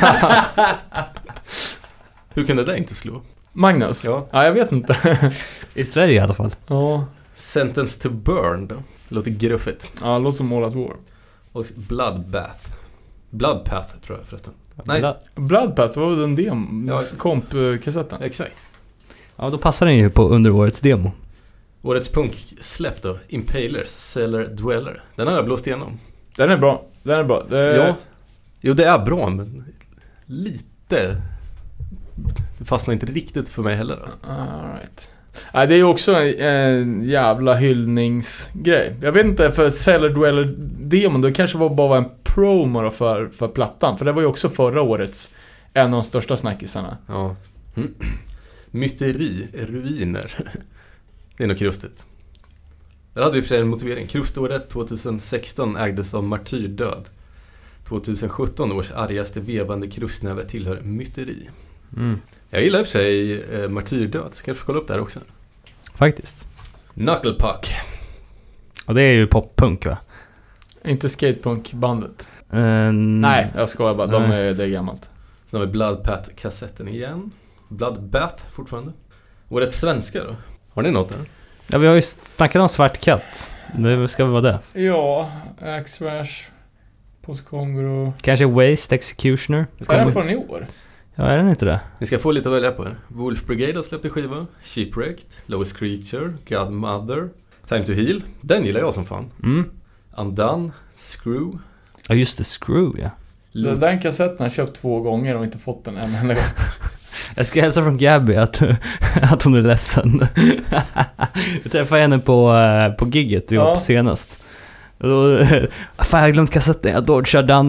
Hur kunde det inte slå? Magnus? Ja. Ja, jag vet inte. I Sverige i alla fall. ja, Sentence to Burn då. Det låter gruffigt. ja, låt som All at War. Och Bloodbath. Bloodpath tror jag förresten. Nej. Bla- Bloodpath var väl den dem, Ja. komp-kassetten. Exakt. Ja, då passar den ju på under årets demo. Årets punksläpp då. Impalers, Cellar Dweller. Den har jag blåst igenom. Den är bra, den är bra. Det... Ja. Jo, det är bra, men lite... Det fastnar inte riktigt för mig heller. Alltså. All right. Nej, det är ju också en, en jävla hyllningsgrej. Jag vet inte, för Cellar Dweller-demon, det kanske var bara en promo då för, för plattan. För det var ju också förra årets en av de största snackisarna. Ja. Mm. Myteri, ruiner. Det är nog krustigt. Där hade vi för sig en motivering. Kruståret tjugosexton ägdes av martyrdöd. tjugosjutton års argaste vevande krustnäve tillhör myteri. Mm. Jag gillar i och för sig eh, martyrdöd. Ska jag få kolla upp det här också. Faktiskt. Knucklepuck. Och det är ju poppunk, va? Inte skatepunk-bandet. Uh, Nej, jag skojar bara. De Nej. är, det är gammalt. Sen har vi Bloodpath-kassetten igen. Bloodbath fortfarande. Årets svenska då? Har ni något där? Ja, vi har ju snackat om Svart katt. Det ska väl vara det. Ja, X-Rash, Postkongo. Kanske Waste Executioner. Vad är den från i år? Ja, är den inte det? Ni ska få lite att välja på här. Wolf Brigade har släppt en skiva. Shipwrecked, Lowest Creature, Godmother, Time to Heal. Den gillar jag som fan. Mm. Undone, Screw. Ja, just det. Screw, ja. L- den kassetten har jag köpt två gånger och inte fått den än. Eller? Jag ska hälsa från Gabby att, att hon är ledsen. Jag träffade henne på, på gigget vi var Ja. på senast. Och då, fan, jag har glömt kassetten. Jag dodgar den.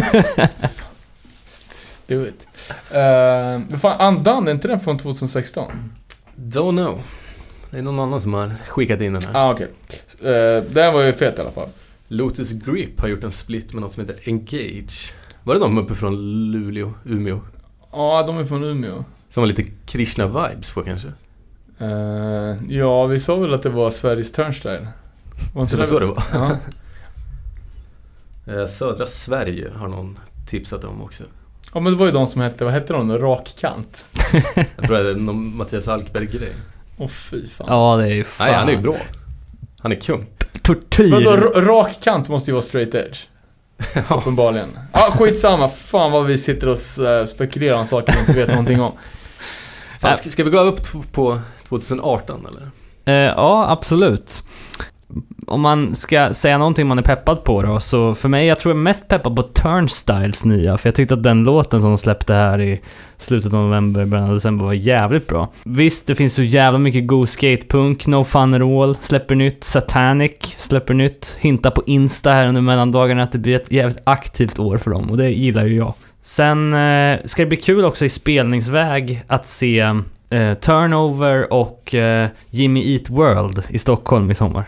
Do it. Uh, fan, Undone, är inte den från tjugohundrasexton? Don't know. Det är någon annan som har skickat in den här. Ah, okej. Okay. Uh, den var ju fet i alla fall. Lotus Grip har gjort en split med något som heter Engage. Var det de uppe från Luleå, Umeå? Ja, de är från Umeå. Som var lite Krishna-vibes på kanske? Uh, ja, vi sa väl att det var Sveriges Turnstyle. Var inte Det var så det var. Ja. Eh, Södra Sverige har någon tipsat om också. Ja, men det var ju de som hette, vad hette de då? Rakkant. Jag tror det är någon Mattias Alkberg-grej. Åh, oh, fy fan. Ja, det är ju fan. Nej, han är ju bra. Han är kung. Tortyr. Vadå, r- rakkant måste ju vara straight edge. Uppenbarligen. Ja, ah, skitsamma. Fan vad vi sitter och uh, spekulerar om saker vi inte vet någonting om. Fan, ska, ska vi gå upp t- på tjugoarton eller? Eh, ja, absolut. Om man ska säga någonting man är peppad på då, så för mig, jag tror jag är mest peppad på Turnstiles nya, för jag tyckte att den låten som de släppte här i slutet av november, början av december var jävligt bra. Visst, det finns så jävla mycket god skatepunk. No Fun at All släpper nytt, Satanic släpper nytt, hintar på Insta här under mellandagarna att det blir ett jävligt aktivt år för dem, och det gillar ju jag. Sen eh, ska det bli kul också i spelningsväg att se eh, Turnover och eh, Jimmy Eat World i Stockholm i sommar.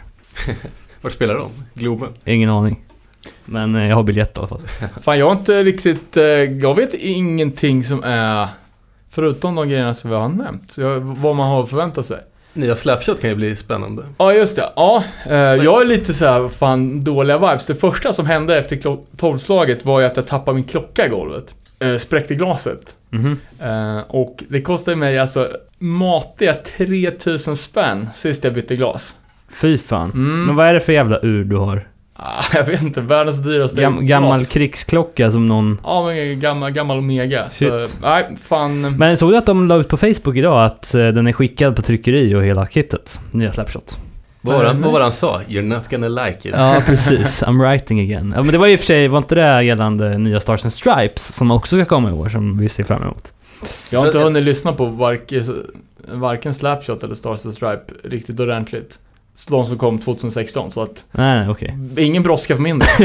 Var spelar de? Globen? Ingen aning. Men eh, jag har biljett i alla fall. Fan, jag har inte riktigt... Eh, jag vet ingenting som är... Förutom de grejerna som vi har nämnt. Så jag, vad man har förväntat sig. Nya Slapshot kan ju bli spännande. Ja, just det. Ja, eh, jag är lite så här, fan, dåliga vibes. Det första som hände efter klo- tolvslaget var ju att jag tappade min klocka i golvet. Eh, spräckte glaset. Mhm. Eh, och det kostade mig alltså matiga tre tusen spänn sist jag bytte glas. Fy fan. Mm. Men vad är det för jävla ur du har? Ah, jag vet inte, världens dyraste Gam- gammal glas. krigsklocka som någon... Ja, men gammal, gammal Omega. Så, Shit. nej, fan. Men såg du att de la ut på Facebook idag att eh, den är skickad på tryckeri och hela kittet? Nya Slapshot. Vad var, han, vad var han sa? You're not gonna like it. Ja, precis. I'm writing again. Ja, men det var ju i och för sig, var inte det gällande nya Stars and Stripes som också ska komma i år, som vi ser fram emot? Jag har inte Så- hunnit lyssna på varken, varken Slapshot eller Stars and Stripe riktigt ordentligt. Så de som kom tjugohundrasexton, så att Nej, nej, okej. ingen brådska för min del.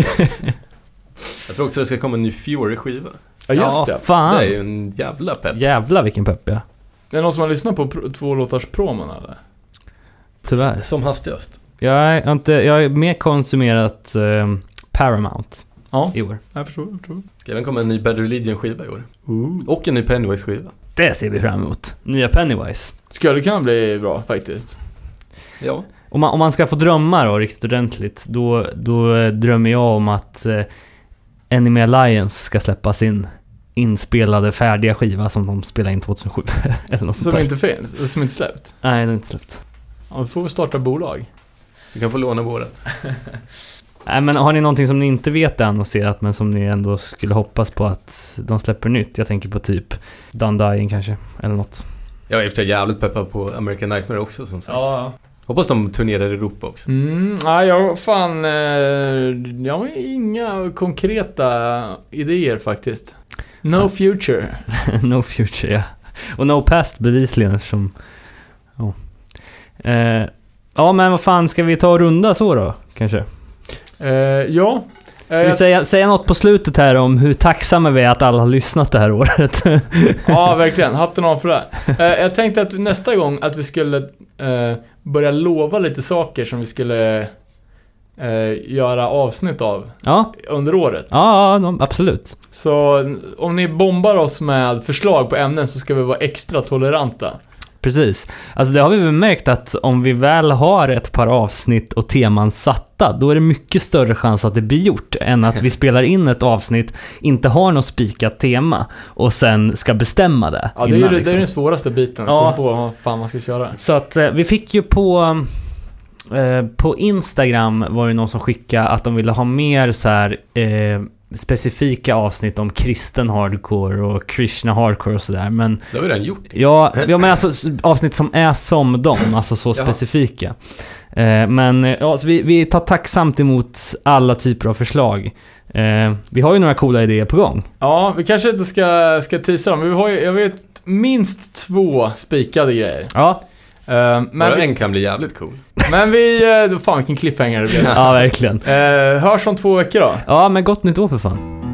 Jag tror också det ska komma en ny Fury-skiva. Ja, just Ja, det. fan. Det är ju en jävla pepp. Jävla vilken pepp, ja. Det är någon som har lyssnat på pro- två låtars promon eller? Tyvärr. Som hastigast. Jag är, inte, jag är mer konsumerat eh, Paramount Ja, i år. jag förstår, jag förstår. Ska även komma en ny Bad Religion-skiva i år. Ooh. Och en ny Pennywise-skiva. Det ser vi fram emot. Nya Pennywise. Skulle kunna bli bra faktiskt. Ja. Om man, om man ska få drömma då riktigt ordentligt, då, då eh, drömmer jag om att eh, Enemy Alliance ska släppa sin inspelade färdiga skiva som de spelade in tjugohundrasju. Eller något sånt Som där. inte finns, som inte släppt. Nej, den är inte släppt. Ja, då får vi starta bolag. Du kan få låna vårat. Nej, men har ni någonting som ni inte vet är annonserat men som ni ändå skulle hoppas på att de släpper nytt? Jag tänker på typ Done Dying kanske, eller något. Jag är i och för sig jävligt peppad på American Nightmare också, som sagt. Ja. Hoppas de turnerar i Europa också. Mm, nej, jag fan... Eh, jag har inga konkreta idéer faktiskt. No Ja. future. No future, ja. Och no past bevisligen eftersom... Ja. Eh, ja, men vad fan, ska vi ta och runda så då, kanske? Eh, ja. Eh, Vill vi säga, säga något på slutet här om hur tacksamma vi är att alla har lyssnat det här året? Ja, verkligen. Hatten av för det. Eh, jag tänkte att nästa gång att vi skulle eh, börja lova lite saker som vi skulle eh, göra avsnitt av Ja, under året. ja, ja de, absolut. Så om ni bombar oss med förslag på ämnen så ska vi vara extra toleranta. Precis. Alltså det har vi väl märkt att om vi väl har ett par avsnitt och teman satta, då är det mycket större chans att det blir gjort än att vi spelar in ett avsnitt, inte har något spikat tema och sen ska bestämma det. Ja, det är, innan, ju, liksom. det är den svåraste biten. Att Ja. komma på vad fan man ska köra. Så att eh, vi fick ju på eh, på Instagram var det någon som skickade att de ville ha mer så här eh, specifika avsnitt om kristen hardcore och Krishna hardcore och sådär, men Det har vi redan gjort. ja, ja, men alltså avsnitt som är som dem, alltså så Jaha. specifika. Eh, men ja, alltså, vi, vi tar tacksamt emot alla typer av förslag. Eh, vi har ju några coola idéer på gång. Ja, vi kanske inte ska, ska tisa dem, men vi har ju, jag vet, minst två spikade grejer. Ja, Uh, men, Men vi, en kan bli jävligt cool. men vi, uh, fan vilken cliffhanger det blev. ja verkligen. Uh, hörs om två veckor då. Ja, men gott nytt år för fan.